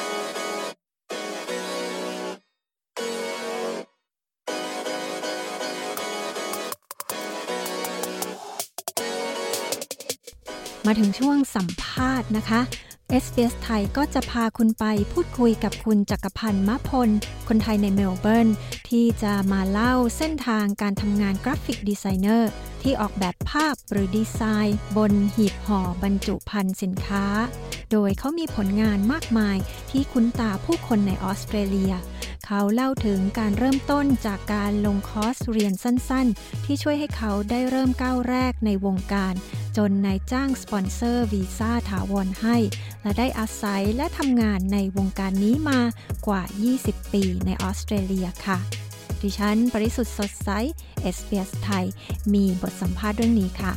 มาถึงช่วงสัมภาษณ์นะคะSBS ไทยก็จะพาคุณไปพูดคุยกับคุณจักรพันธ์มะพลคนไทยในเมลเบิร์นที่จะมาเล่าเส้นทางการทำงานกราฟิกดีไซเนอร์ที่ออกแบบภาพหรือดีไซน์บนหีบห่อบรรจุภัณฑ์สินค้าโดยเขามีผลงานมากมายที่คุ้นตาผู้คนในออสเตรเลียเขาเล่าถึงการเริ่มต้นจากการลงคอร์สเรียนสั้นๆที่ช่วยให้เขาได้เริ่มก้าวแรกในวงการจนนายจ้างสปอนเซอร์วีซ่าถาวรให้และได้อาศัยและทำงานในวงการนี้มากว่า20ปีในออสเตรเลียค่ะดิฉันปริสุทธิ์สดใส SBS ไทยมีบทสัมภาษณ์เรื่องนี้ค่ะ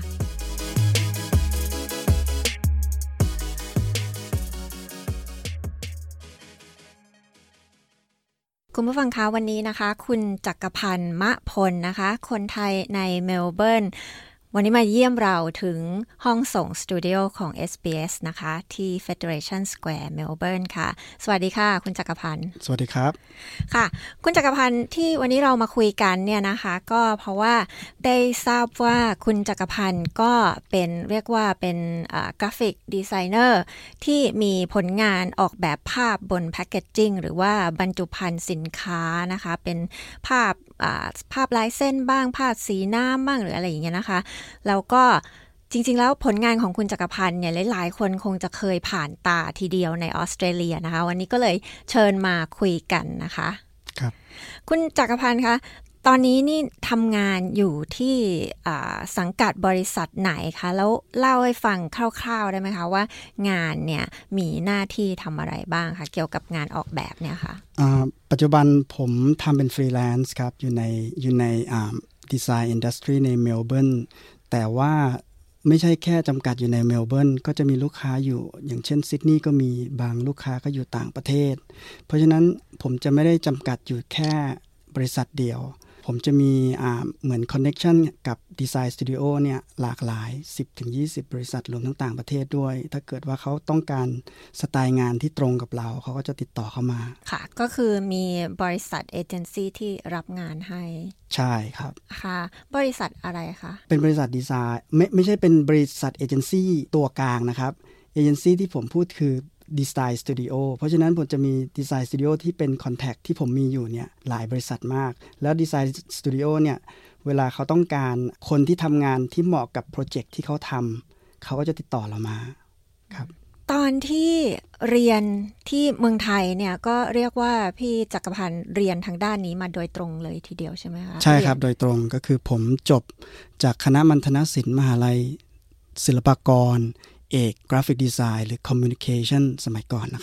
คุณผู้ฟังคะวันนี้นะคะคุณจักรพันธ์มะพลนะคะคนไทยในเมลเบิร์นวันนี้มาเยี่ยมเราถึงห้องส่งสตูดิโอของ SBS นะคะที่ Federation Square เมลเบิร์นค่ะสวัสดีค่ะคุณจักรพันธ์สวัสดีครับค่ะคุณจักรพันธ์ที่วันนี้เรามาคุยกันเนี่ยนะคะก็เพราะว่าได้ทราบว่าคุณจักรพันธ์ก็เป็นเรียกว่าเป็นกราฟิกดีไซเนอร์ที่มีผลงานออกแบบภาพบนแพคเกจจิ้งหรือว่าบรรจุภัณฑ์สินค้านะคะเป็นภาพลายเส้นบ้างภาพสีน้ำบ้างหรืออะไรอย่างเงี้ยนะคะแล้วก็จริงๆแล้วผลงานของคุณจักรพันธ์เนี่ยหลายๆคนคงจะเคยผ่านตาทีเดียวในออสเตรเลียนะคะวันนี้ก็เลยเชิญมาคุยกันนะคะครับคุณจักรพันธ์คะตอนนี้นี่ทำงานอยู่ที่สังกัดบริษัทไหนคะแล้วเล่าให้ฟังคร่าวๆได้ไหมคะว่างานเนี่ยมีหน้าที่ทำอะไรบ้างคะเกี่ยวกับงานออกแบบเนี่ยค่ะปัจจุบันผมทำเป็นฟรีแลนซ์ครับอยู่ในดีไซน์อินดัสทรีในเมลเบิร์นแต่ว่าไม่ใช่แค่จำกัดอยู่ในเมลเบิร์นก็จะมีลูกค้าอยู่อย่างเช่นซิดนีย์ก็มีบางลูกค้าก็อยู่ต่างประเทศเพราะฉะนั้นผมจะไม่ได้จำกัดอยู่แค่บริษัทเดียวผมจะมีเหมือนคอนเนคชั่นกับดีไซน์สตูดิโอเนี่ยหลากหลาย 10-20 บริษัทรวมทั้งต่างประเทศด้วยถ้าเกิดว่าเขาต้องการสไตล์งานที่ตรงกับเราเขาก็จะติดต่อเข้ามาค่ะก็คือมีบริษัทเอเจนซี่ที่รับงานให้ใช่ครับค่ะบริษัทอะไรคะเป็นบริษัทดีไซน์ไม่ใช่เป็นบริษัทเอเจนซี่ตัวกลางนะครับเอเจนซี่ที่ผมพูดคือดีไซน์สตูดิโอเพราะฉะนั้นผมจะมีดีไซน์สตูดิโอที่เป็นคอนแทคที่ผมมีอยู่เนี่ยหลายบริษัทมากแล้วดีไซน์สตูดิโอเนี่ยเวลาเขาต้องการคนที่ทำงานที่เหมาะกับโปรเจกต์ที่เขาทำเขาก็จะติดต่อเรามาครับตอนที่เรียนที่เมืองไทยเนี่ยก็เรียกว่าพี่จักรพันธ์เรียนทางด้านนี้มาโดยตรงเลยทีเดียวใช่ไหมคะใช่ครับโดยตรงก็คือผมจบจากคณะมัณฑนศิลป์มหาลัยศิลปากรเอกกราฟิกดีไซน์หรือคอมมิวนิเคชันสมัยก่อนนะครับ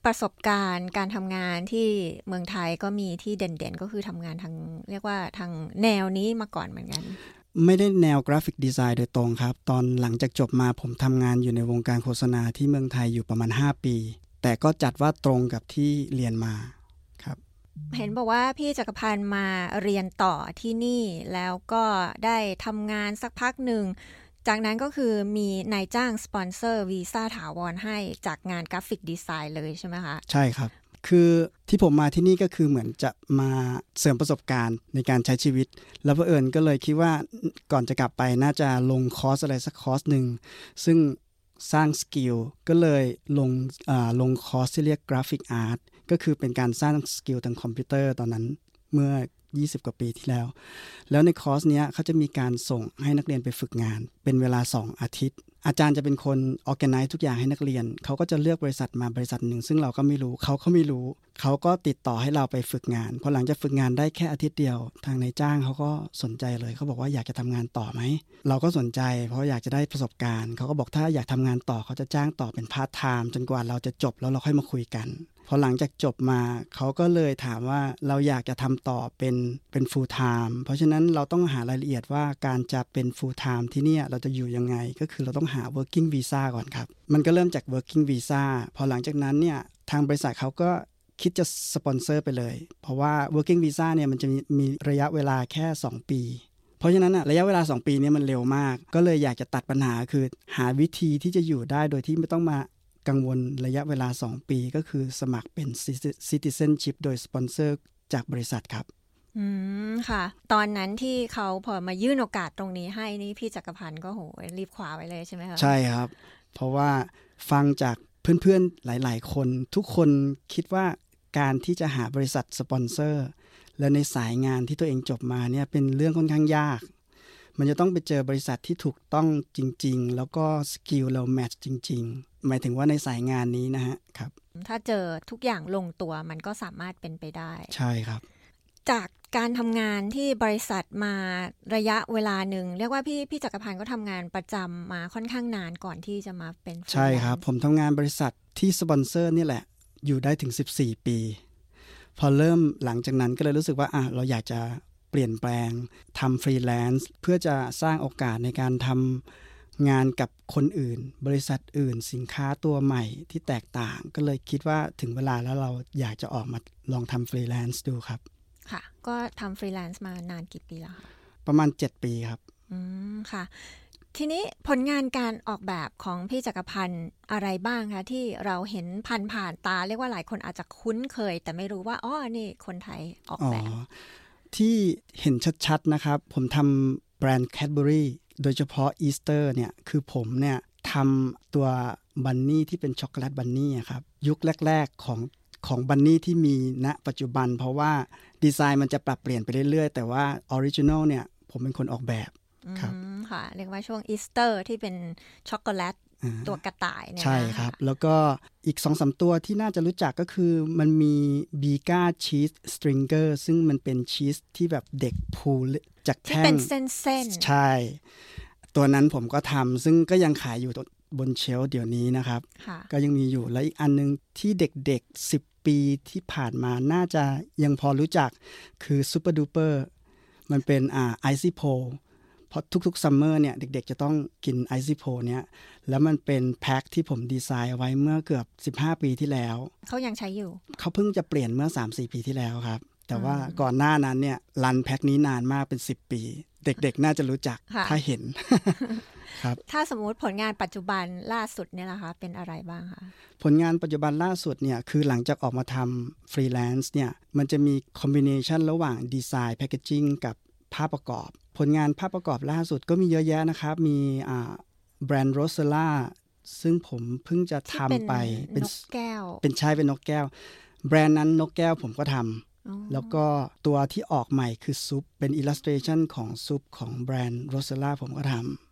ประสบการณ์การทำงานที่เมืองไทยก็มีที่เด่นๆก็คือทำงานทางเรียกว่าทางแนวนี้มาก่อนเหมือนกันไม่ได้แนวกราฟิกดีไซน์โดยตรงครับตอนหลังจากจบมาผมทำงานอยู่ในวงการโฆษณาที่เมืองไทยอยู่ประมาณ5ปีแต่ก็จัดว่าตรงกับที่เรียนมาครับเห็นบอกว่าพี่จักรพันธ์มาเรียนต่อที่นี่แล้วก็ได้ทำงานสักพักหนึ่งจากนั้นก็คือมีนายจ้างสปอนเซอร์วีซ่าถาวรให้จากงานกราฟิกดีไซน์เลยใช่ไหมคะใช่ครับคือที่ผมมาที่นี่ก็คือเหมือนจะมาเสริมประสบการณ์ในการใช้ชีวิตแล้วเผอิญก็เลยคิดว่าก่อนจะกลับไปน่าจะลงคอร์สอะไรสักคอร์สหนึ่งซึ่งสร้างสกิลก็เลยลงคอร์สที่เรียกกราฟิกอาร์ตก็คือเป็นการสร้างสกิลทางคอมพิวเตอร์ตอนนั้นเมื่อ20 กว่าปีที่แล้วในคอร์สเนี้ยเขาจะมีการส่งให้นักเรียนไปฝึกงานเป็นเวลา2 อาทิตย์อาจารย์จะเป็นคน organize ทุกอย่างให้นักเรียนเขาก็จะเลือกบริษัทมาบริษัทหนึ่งซึ่งเราก็ไม่รู้เขาไม่รู้เขาก็ติดต่อให้เราไปฝึกงานพอหลังจากฝึกงานได้แค่อาทิตย์เดียวทางนายจ้างเขาก็สนใจเลยเขาบอกว่าอยากจะทำงานต่อไหมเราก็สนใจเพราะอยากจะได้ประสบการณ์เขาก็บอกถ้าอยากทำงานต่อเขาจะจ้างต่อเป็นพาร์ทไทม์จนกว่าเราจะจบแล้วเราค่อยมาคุยกันพอหลังจากจบมาเขาก็เลยถามว่าเราอยากจะทำต่อเป็น full time เพราะฉะนั้นเราต้องหารายละเอียดว่าการจะเป็น full time ที่นี่เราจะอยู่ยังไงก็คือเราต้องหา working visa ก่อนครับมันก็เริ่มจาก working visa พอหลังจากนั้นเนี่ยทางบริษัทเขาก็คิดจะสปอนเซอร์ไปเลยเพราะว่า working visa เนี่ยมันจะมีระยะเวลาแค่2 ปีเพราะฉะนั้นระยะเวลา2 ปีนี้มันเร็วมากก็เลยอยากจะตัดปัญหาคือหาวิธีที่จะอยู่ได้โดยที่ไม่ต้องมากังวลระยะเวลา2 ปีก็คือสมัครเป็น citizenship โดยสปอนเซอร์จากบริษัทครับค่ะตอนนั้นที่เขาพอมายื่นโอกาสตรงนี้ให้นี่พี่จักรพันธ์ก็โหรีบคว้าไว้เลยใช่ไหมคะใช่ครับเพราะว่าฟังจากเพื่อนๆหลายๆคนทุกคนคิดว่าการที่จะหาบริษัทสปอนเซอร์และในสายงานที่ตัวเองจบมาเนี่ยเป็นเรื่องค่อนข้างยากมันจะต้องไปเจอบริษัทที่ถูกต้องจริงๆแล้วก็สกิลเราแมทช์จริงๆหมายถึงว่าในสายงานนี้นะฮะครับถ้าเจอทุกอย่างลงตัวมันก็สามารถเป็นไปได้ใช่ครับจากการทำงานที่บริษัทมาระยะเวลาหนึ่งเรียกว่าพี่จักรพันธ์ก็ทำงานประจำมาค่อนข้างนานก่อนที่จะมาเป็นใช่ครับผมทำงานบริษัทที่สปอนเซอร์นี่แหละอยู่ได้ถึง14 ปีพอเริ่มหลังจากนั้นก็เลยรู้สึกว่าเราอยากจะเปลี่ยนแปลงทำฟรีแลนซ์เพื่อจะสร้างโอกาสในการทำงานกับคนอื่นบริษัทอื่นสินค้าตัวใหม่ที่แตกต่างก็เลยคิดว่าถึงเวลาแล้วเราอยากจะออกมาลองทำฟรีแลนซ์ดูครับค่ะก็ทำฟรีแลนซ์มานานกี่ปีแล้วคะประมาณ7 ปีครับค่ะทีนี้ผลงานการออกแบบของพี่จักรพันธ์อะไรบ้างคะที่เราเห็นผ่านตาเรียกว่าหลายคนอาจจะคุ้นเคยแต่ไม่รู้ว่านี่คนไทยออกแบบที่เห็นชัดๆนะครับผมทำแบรนด์ Cadbury โดยเฉพาะอีสเตอร์เนี่ยคือผมเนี่ยทำตัวบันนี่ที่เป็นช็อกโกแลตบันนี่ครับยุคแรกๆของบันนี่ที่มีณปัจจุบันเพราะว่าดีไซน์มันจะปรับเปลี่ยนไปเรื่อยๆแต่ว่าออริจินอลเนี่ยผมเป็นคนออกแบบครับค่ะเรียกว่าช่วงอีสเตอร์ที่เป็นช็อกโกแลตตัวกระต่ายเนี่ยใช่ครับแล้วก็อีก 2-3 ตัวที่น่าจะรู้จักก็คือมันมีบีก้าชีสสตริงเกอร์ซึ่งมันเป็นชีสที่แบบเด็กพูจากแท่งที่เป็นเส้นๆใช่ตัวนั้นผมก็ทำซึ่งก็ยังขายอยู่บนเชลฟ์เดี๋ยวนี้นะครับก็ยังมีอยู่แล้วอีกอันนึงที่เด็กๆ10 ปีที่ผ่านมาน่าจะยังพอรู้จักคือซูเปอร์ดูเปอร์มันเป็นไอซี่โพเพราะทุกๆซัมเมอร์เนี่ยเด็กๆจะต้องกินไอซี่โพเนี่ยแล้วมันเป็นแพ็คที่ผมดีไซน์เอาไว้เมื่อเกือบ15 ปีที่แล้วเขายังใช้อยู่เขาเพิ่งจะเปลี่ยนเมื่อ 3-4 ปีที่แล้วครับแต่ว่าก่อนหน้านั้นเนี่ยรันแพ็คนี้นานมากเป็น10 ปีเด็กๆน่าจะรู้จักถ้าเห็นครับถ้าสมมุติผลงานปัจจุบันล่าสุดเนี่ยนะคะเป็นอะไรบ้างคะผลงานปัจจุบันล่าสุดเนี่ยคือหลังจากออกมาทำฟรีแลนซ์เนี่ยมันจะมีคอมบิเนชันระหว่างดีไซน์แพคเกจจิ้งกับภาพประกอบผลงานภาพประกอบล่าสุดก็มีเยอะแยะนะครับมีแบรนด์โรสล่าซึ่งผมเพิ่งจะทำไปเป็นนกแก้วเป็นนกแก้วแบรนด์นั้นนกแก้วผมก็ทำแล้วก็ตัวที่ออกใหม่คือซุปเป็นอิลลัสเทรชันของซุปของแบรนด์โรสล่าผมก็ท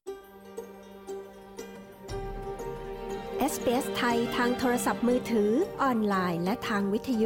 ำ SBS ไทยทางโทรศัพท์มือถือออนไลน์และทางวิทยุ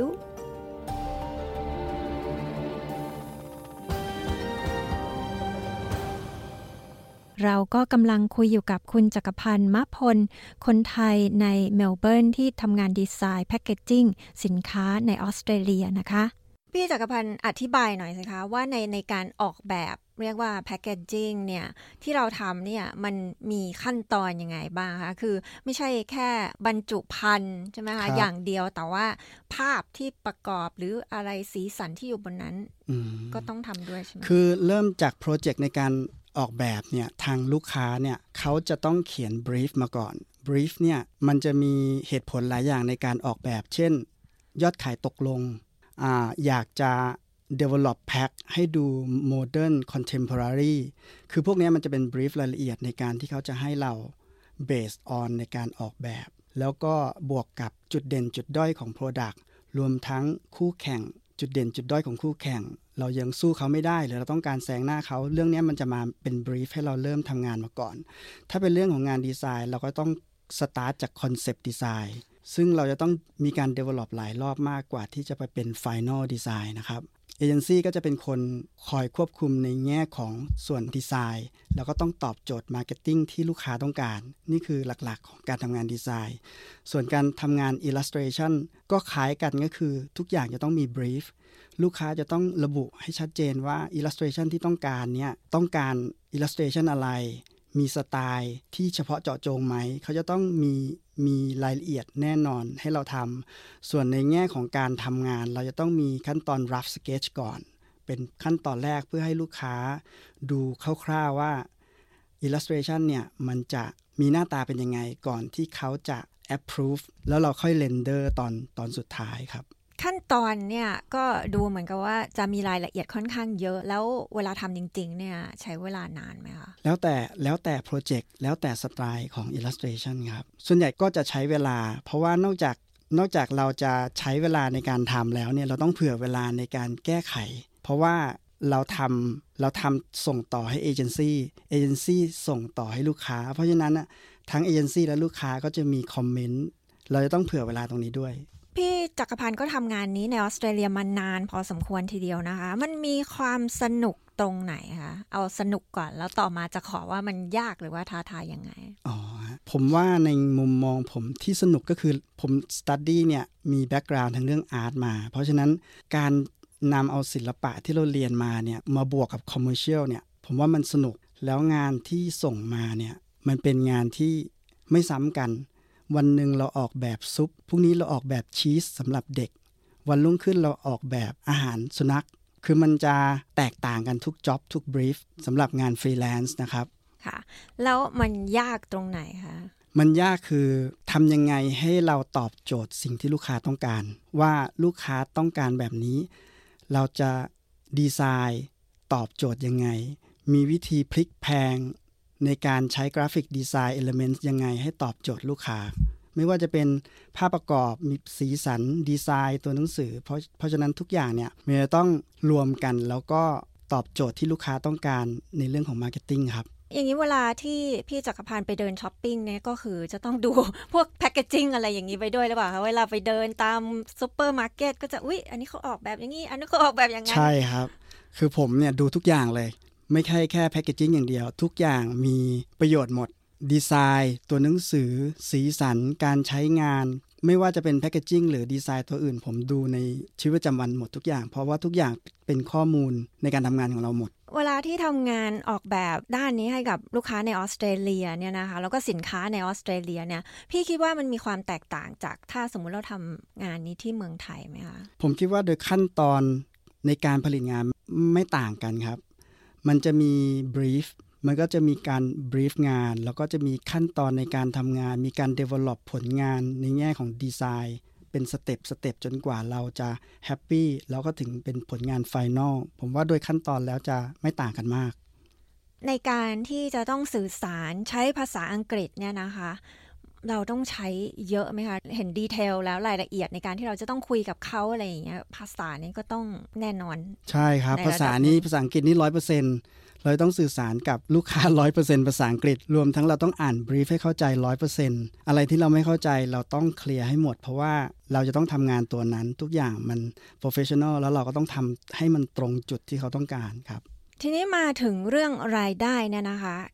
เราก็กำลังคุยอยู่กับคุณจักรพันธ์มะพลคนไทยในเมลเบิร์นที่ทำงานดีไซน์แพคเกจจิ้งสินค้าในออสเตรเลียนะคะพี่จักรพันธ์อธิบายหน่อยสิคะว่าในการออกแบบเรียกว่าแพคเกจจิ้งเนี่ยที่เราทำเนี่ยมันมีขั้นตอนยังไงบ้างคะคือไม่ใช่แค่บรรจุภัณฑ์ใช่ไหมคะอย่างเดียวแต่ว่าภาพที่ประกอบหรืออะไรสีสันที่อยู่บนนั้นก็ต้องทำด้วยใช่ไหมคือเริ่มจากโปรเจกต์ในการออกแบบเนี่ยทางลูกค้าเนี่ยเขาจะต้องเขียนบรีฟมาก่อนบรีฟเนี่ยมันจะมีเหตุผลหลายอย่างในการออกแบบเช่นยอดขายตกลงอยากจะ develop pack ให้ดู modern contemporary คือพวกนี้มันจะเป็น brief รายละเอียดในการที่เขาจะให้เรา based on ในการออกแบบแล้วก็บวกกับจุดเด่นจุดด้อยของ product รวมทั้งคู่แข่งจุดเด่นจุดด้อยของคู่แข่งเรายังสู้เขาไม่ได้หรือเราต้องการแซงหน้าเขาเรื่องนี้มันจะมาเป็น brief ให้เราเริ่มทำงานมาก่อนถ้าเป็นเรื่องของงานดีไซน์เราก็ต้อง start จาก concept designซึ่งเราจะต้องมีการ develop หลายรอบมากกว่าที่จะไปเป็น final design นะครับเอเจนซี่ก็จะเป็นคนคอยควบคุมในแง่ของส่วนดีไซน์แล้วก็ต้องตอบโจทย์มาร์เก็ตติ้งที่ลูกค้าต้องการนี่คือหลักๆของการทำงานดีไซน์ส่วนการทำงาน illustration ก็คล้ายกันก็คือทุกอย่างจะต้องมี brief ลูกค้าจะต้องระบุให้ชัดเจนว่า illustration ที่ต้องการเนี่ยต้องการ illustration อะไรมีสไตล์ที่เฉพาะเจาะจงไหมเขาจะต้องมีรายละเอียดแน่นอนให้เราทำส่วนในแง่ของการทำงานเราจะต้องมีขั้นตอน rough sketch ก่อนเป็นขั้นตอนแรกเพื่อให้ลูกค้าดูคร่าวๆว่า illustration เนี่ยมันจะมีหน้าตาเป็นยังไงก่อนที่เขาจะ approve แล้วเราค่อย render ตอนสุดท้ายครับขั้นตอนเนี่ยก็ดูเหมือนกับว่าจะมีรายละเอียดค่อนข้างเยอะแล้วเวลาทำจริงๆเนี่ยใช้เวลานานไหมคะแล้วแต่โปรเจกต์แล้วแต่สไตล์ของ illustration ครับส่วนใหญ่ก็จะใช้เวลาเพราะว่านอกจากเราจะใช้เวลาในการทำแล้วเนี่ยเราต้องเผื่อเวลาในการแก้ไขเพราะว่าเราทำส่งต่อให้เอเจนซี่ส่งต่อให้ลูกค้าเพราะฉะนั้นทั้งเอเจนซี่และลูกค้าก็จะมีคอมเมนต์เราจะต้องเผื่อเวลาตรงนี้ด้วยพี่จักรพันธ์ก็ทำงานนี้ในออสเตรเลียมานานพอสมควรทีเดียวนะคะมันมีความสนุกตรงไหนคะเอาสนุกก่อนแล้วต่อมาจะขอว่ามันยากหรือว่าท้าทายยังไงผมว่าในมุมมองผมที่สนุกก็คือผมสตั๊ดดี้เนี่ยมีแบ็กกราวด์ทางเรื่องอาร์ตมาเพราะฉะนั้นการนำเอาศิลปะที่เราเรียนมาเนี่ยมาบวกกับคอมเมอร์เชียลเนี่ยผมว่ามันสนุกแล้วงานที่ส่งมาเนี่ยมันเป็นงานที่ไม่ซ้ำกันวันหนึ่งเราออกแบบซุปพรุ่งนี้เราออกแบบชีสสำหรับเด็กวันรุ่งขึ้นเราออกแบบอาหารสุนัขคือมันจะแตกต่างกันทุกจ็อบทุกบรีฟสำหรับงานฟรีแลนซ์นะครับค่ะแล้วมันยากตรงไหนคะมันยากคือทำยังไงให้เราตอบโจทย์สิ่งที่ลูกค้าต้องการว่าลูกค้าต้องการแบบนี้เราจะดีไซน์ตอบโจทย์ยังไงมีวิธีพลิกแพงในการใช้กราฟิกดีไซน์เอลิเมนต์ยังไงให้ตอบโจทย์ลูกค้าไม่ว่าจะเป็นภาพประกอบมีสีสันดีไซน์ตัวหนังสือเพราะฉะนั้นทุกอย่างเนี่ยมันจะต้องรวมกันแล้วก็ตอบโจทย์ที่ลูกค้าต้องการในเรื่องของมาร์เก็ตติ้งครับอย่างนี้เวลาที่พี่จักรพันธ์ไปเดินช้อปปิ้งเนี่ยก็คือจะต้องดูพวกแพคเกจจิ้งอะไรอย่างนี้ไปด้วยหรือเปล่าคะเวลาไปเดินตามซุปเปอร์มาร์เก็ตก็จะอุ๊ยอันนี้เขาออกแบบอย่างนี้อันนี้เขาออกแบบอย่างนั้นใช่ครับคือผมเนี่ยดูทุกอย่างเลยไม่ใช่แค่แพคเกจจิ้งอย่างเดียวทุกอย่างมีประโยชน์หมดดีไซน์ตัวหนังสือสีสันการใช้งานไม่ว่าจะเป็นแพคเกจจิ้งหรือดีไซน์ตัวอื่นผมดูในชีวิตประจำวันหมดทุกอย่างเพราะว่าทุกอย่างเป็นข้อมูลในการทำงานของเราหมดเวลาที่ทำงานออกแบบด้านนี้ให้กับลูกค้าในออสเตรเลียเนี่ยนะคะแล้วก็สินค้าในออสเตรเลียเนี่ยพี่คิดว่ามันมีความแตกต่างจากถ้าสมมุติเราทำงานนี้ที่เมืองไทยไหมคะผมคิดว่าโดยขั้นตอนในการผลิตงานไม่ต่างกันครับมันจะมีบรีฟมันก็จะมีการบรีฟงานแล้วก็จะมีขั้นตอนในการทำงานมีการ develop ผลงานในแง่ของดีไซน์เป็นสเต็ปจนกว่าเราจะแฮปปี้แล้วก็ถึงเป็นผลงานไฟนอลผมว่าโดยขั้นตอนแล้วจะไม่ต่างกันมากในการที่จะต้องสื่อสารใช้ภาษาอังกฤษเนี่ยนะคะเราต้องใช้เยอะไหมคะเห็นดีเทลแล้วรายละเอียดในการที่เราจะต้องคุยกับเขาอะไรอย่างเงี้ยภาษานี้ก็ต้องแน่นอนใช่ครับภาษาอังกฤษนี่ 100%เราต้องสื่อสารกับลูกค้า 100% ภาษาอังกฤษรวมทั้งเราต้องอ่านบรีฟให้เข้าใจ 100% อะไรที่เราไม่เข้าใจเราต้องเคลียร์ให้หมดเพราะว่าเราจะต้องทำงานตัวนั้นทุกอย่างมันโปรเฟสชันนัลแล้วเราก็ต้องทำให้มันตรงจุดที่เขาต้องการครับทีนี้มาถึงเรื่องรายได้เนี่ยนะคะ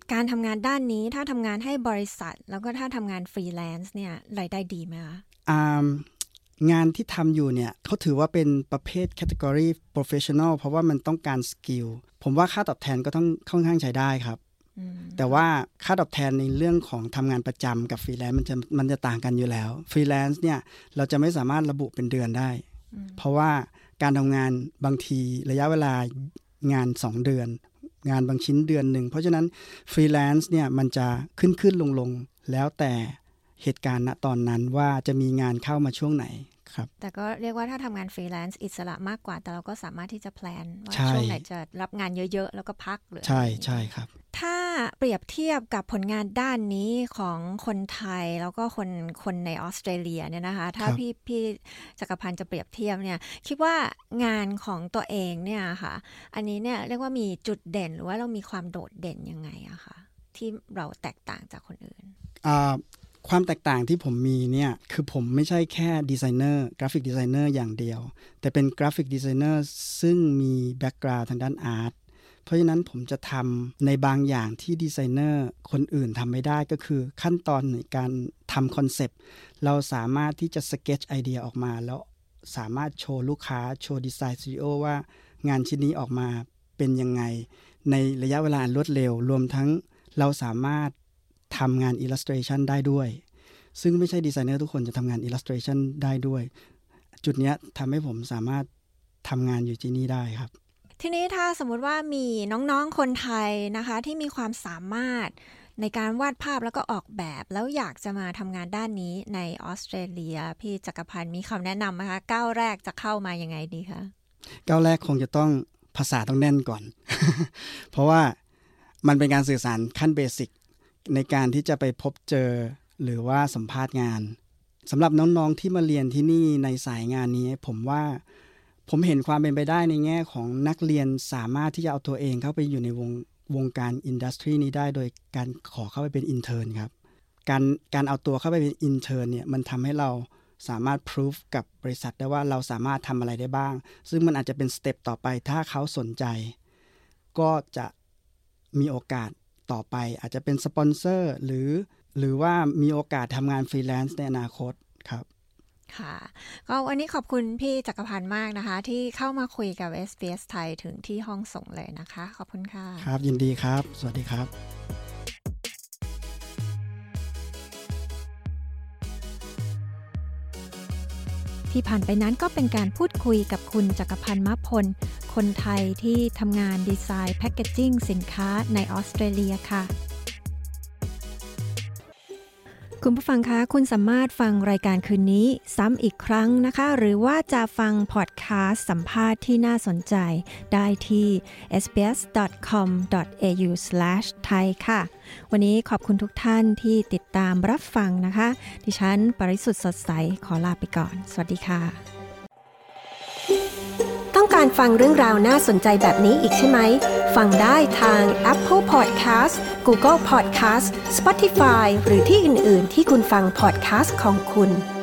การทำงานด้านนี้ถ้าทำงานให้บริษัทแล้วก็ถ้าทำงานฟรีแลนซ์เนี่ยรายได้ดีไหมคะงานที่ทำอยู่เนี่ยเขาถือว่าเป็นประเภท category professional เพราะว่ามันต้องการสกิลผมว่าค่าตอบแทนก็ต้องค่อนข้างใช้ได้ครับแต่ว่าค่าตอบแทนในเรื่องของทำงานประจำกับฟรีแลนซ์มันจะต่างกันอยู่แล้วฟรีแลนซ์เนี่ยเราจะไม่สามารถระบุเป็นเดือนได้เพราะว่าการทำงานบางทีระยะเวลางาน2เดือนงานบางชิ้นเดือนหนึ่งเพราะฉะนั้นฟรีแลนซ์เนี่ยมันจะขึ้นลงแล้วแต่เหตุการณ์ณตอนนั้นว่าจะมีงานเข้ามาช่วงไหนครับแต่ก็เรียกว่าถ้าทำงานฟรีแลนซ์อิสระมากกว่าแต่เราก็สามารถที่จะแพลนว่าช่วงไหนจะรับงานเยอะๆแล้วก็พักหรือใช่ครับถ้าเปรียบเทียบกับผลงานด้านนี้ของคนไทยแล้วก็คนในออสเตรเลียเนี่ยนะคะถ้าพี่จักรพันธ์จะเปรียบเทียบเนี่ยคิดว่างานของตัวเองเนี่ยค่ะอันนี้เนี่ยเรียกว่ามีจุดเด่นหรือว่าเรามีความโดดเด่นยังไงอะคะที่เราแตกต่างจากคนอื่นความแตกต่างที่ผมมีเนี่ยคือผมไม่ใช่แค่ดีไซเนอร์กราฟิกดีไซเนอร์อย่างเดียวแต่เป็นกราฟิกดีไซเนอร์ซึ่งมีแบ็กกราวด์ทางด้านอาร์ตเพราะฉะนั้นผมจะทำในบางอย่างที่ดีไซเนอร์คนอื่นทำไม่ได้ก็คือขั้นตอนในการทำคอนเซปต์เราสามารถที่จะสเก็ตช์ไอเดียออกมาแล้วสามารถโชว์ลูกค้าโชว์ดีไซน์สตูดิโอว่างานชิ้นนี้ออกมาเป็นยังไงในระยะเวลารวดเร็วรวมทั้งเราสามารถทำงาน illustration ได้ด้วยซึ่งไม่ใช่ดีไซเนอร์ทุกคนจะทำงาน illustration ได้ด้วยจุดนี้ทำให้ผมสามารถทำงานอยู่ที่นี่ได้ครับทีนี้ถ้าสมมุติว่ามีน้องๆคนไทยนะคะที่มีความสามารถในการวาดภาพแล้วก็ออกแบบแล้วอยากจะมาทำงานด้านนี้ในออสเตรเลียพี่จักรพันธ์มีคำแนะนำไหมคะก้าวแรกจะเข้ามายังไงดีคะก้าวแรกคงจะต้องภาษาต้องแน่นก่อน เพราะว่ามันเป็นการสื่อสารขั้นเบสิกในการที่จะไปพบเจอหรือว่าสัมภาษณ์งานสำหรับน้องๆที่มาเรียนที่นี่ในสายงานนี้ผมว่าผมเห็นความเป็นไปได้ในแง่ของนักเรียนสามารถที่จะเอาตัวเองเข้าไปอยู่ในวงการอินดัสทรีนี้ได้โดยการขอเข้าไปเป็นอินเทิร์นครับการเอาตัวเข้าไปเป็นอินเทิร์นเนี่ยมันทำให้เราสามารถพิสูจน์กับบริษัทได้ว่าเราสามารถทำอะไรได้บ้างซึ่งมันอาจจะเป็นสเต็ปต่อไปถ้าเขาสนใจก็จะมีโอกาสต่อไปอาจจะเป็นสปอนเซอร์หรือว่ามีโอกาสทำงานฟรีแลนซ์ในอนาคตครับค่ะก็วันนี้ขอบคุณพี่จักรพันธ์มากนะคะที่เข้ามาคุยกับ SBS ไทยถึงที่ห้องส่งเลยนะคะขอบคุณค่ะครับยินดีครับสวัสดีครับที่ผ่านไปนั้นก็เป็นการพูดคุยกับคุณจักรพันธ์มะพลคนไทยที่ทำงานดีไซน์แพคเกจจิ้งสินค้าในออสเตรเลียค่ะคุณผู้ฟังคะคุณสามารถฟังรายการคืนนี้ซ้ำอีกครั้งนะคะหรือว่าจะฟังพอดแคสต์สัมภาษณ์ที่น่าสนใจได้ที่ sbs.com.au/thai ค่ะวันนี้ขอบคุณทุกท่านที่ติดตามรับฟังนะคะดิฉันปริสุทธิ์สดใสขอลาไปก่อนสวัสดีค่ะต้องการฟังเรื่องราวน่าสนใจแบบนี้อีกใช่ไหมฟังได้ทาง Apple Podcast Google Podcast Spotify หรือที่อื่นๆที่คุณฟัง podcast ของคุณ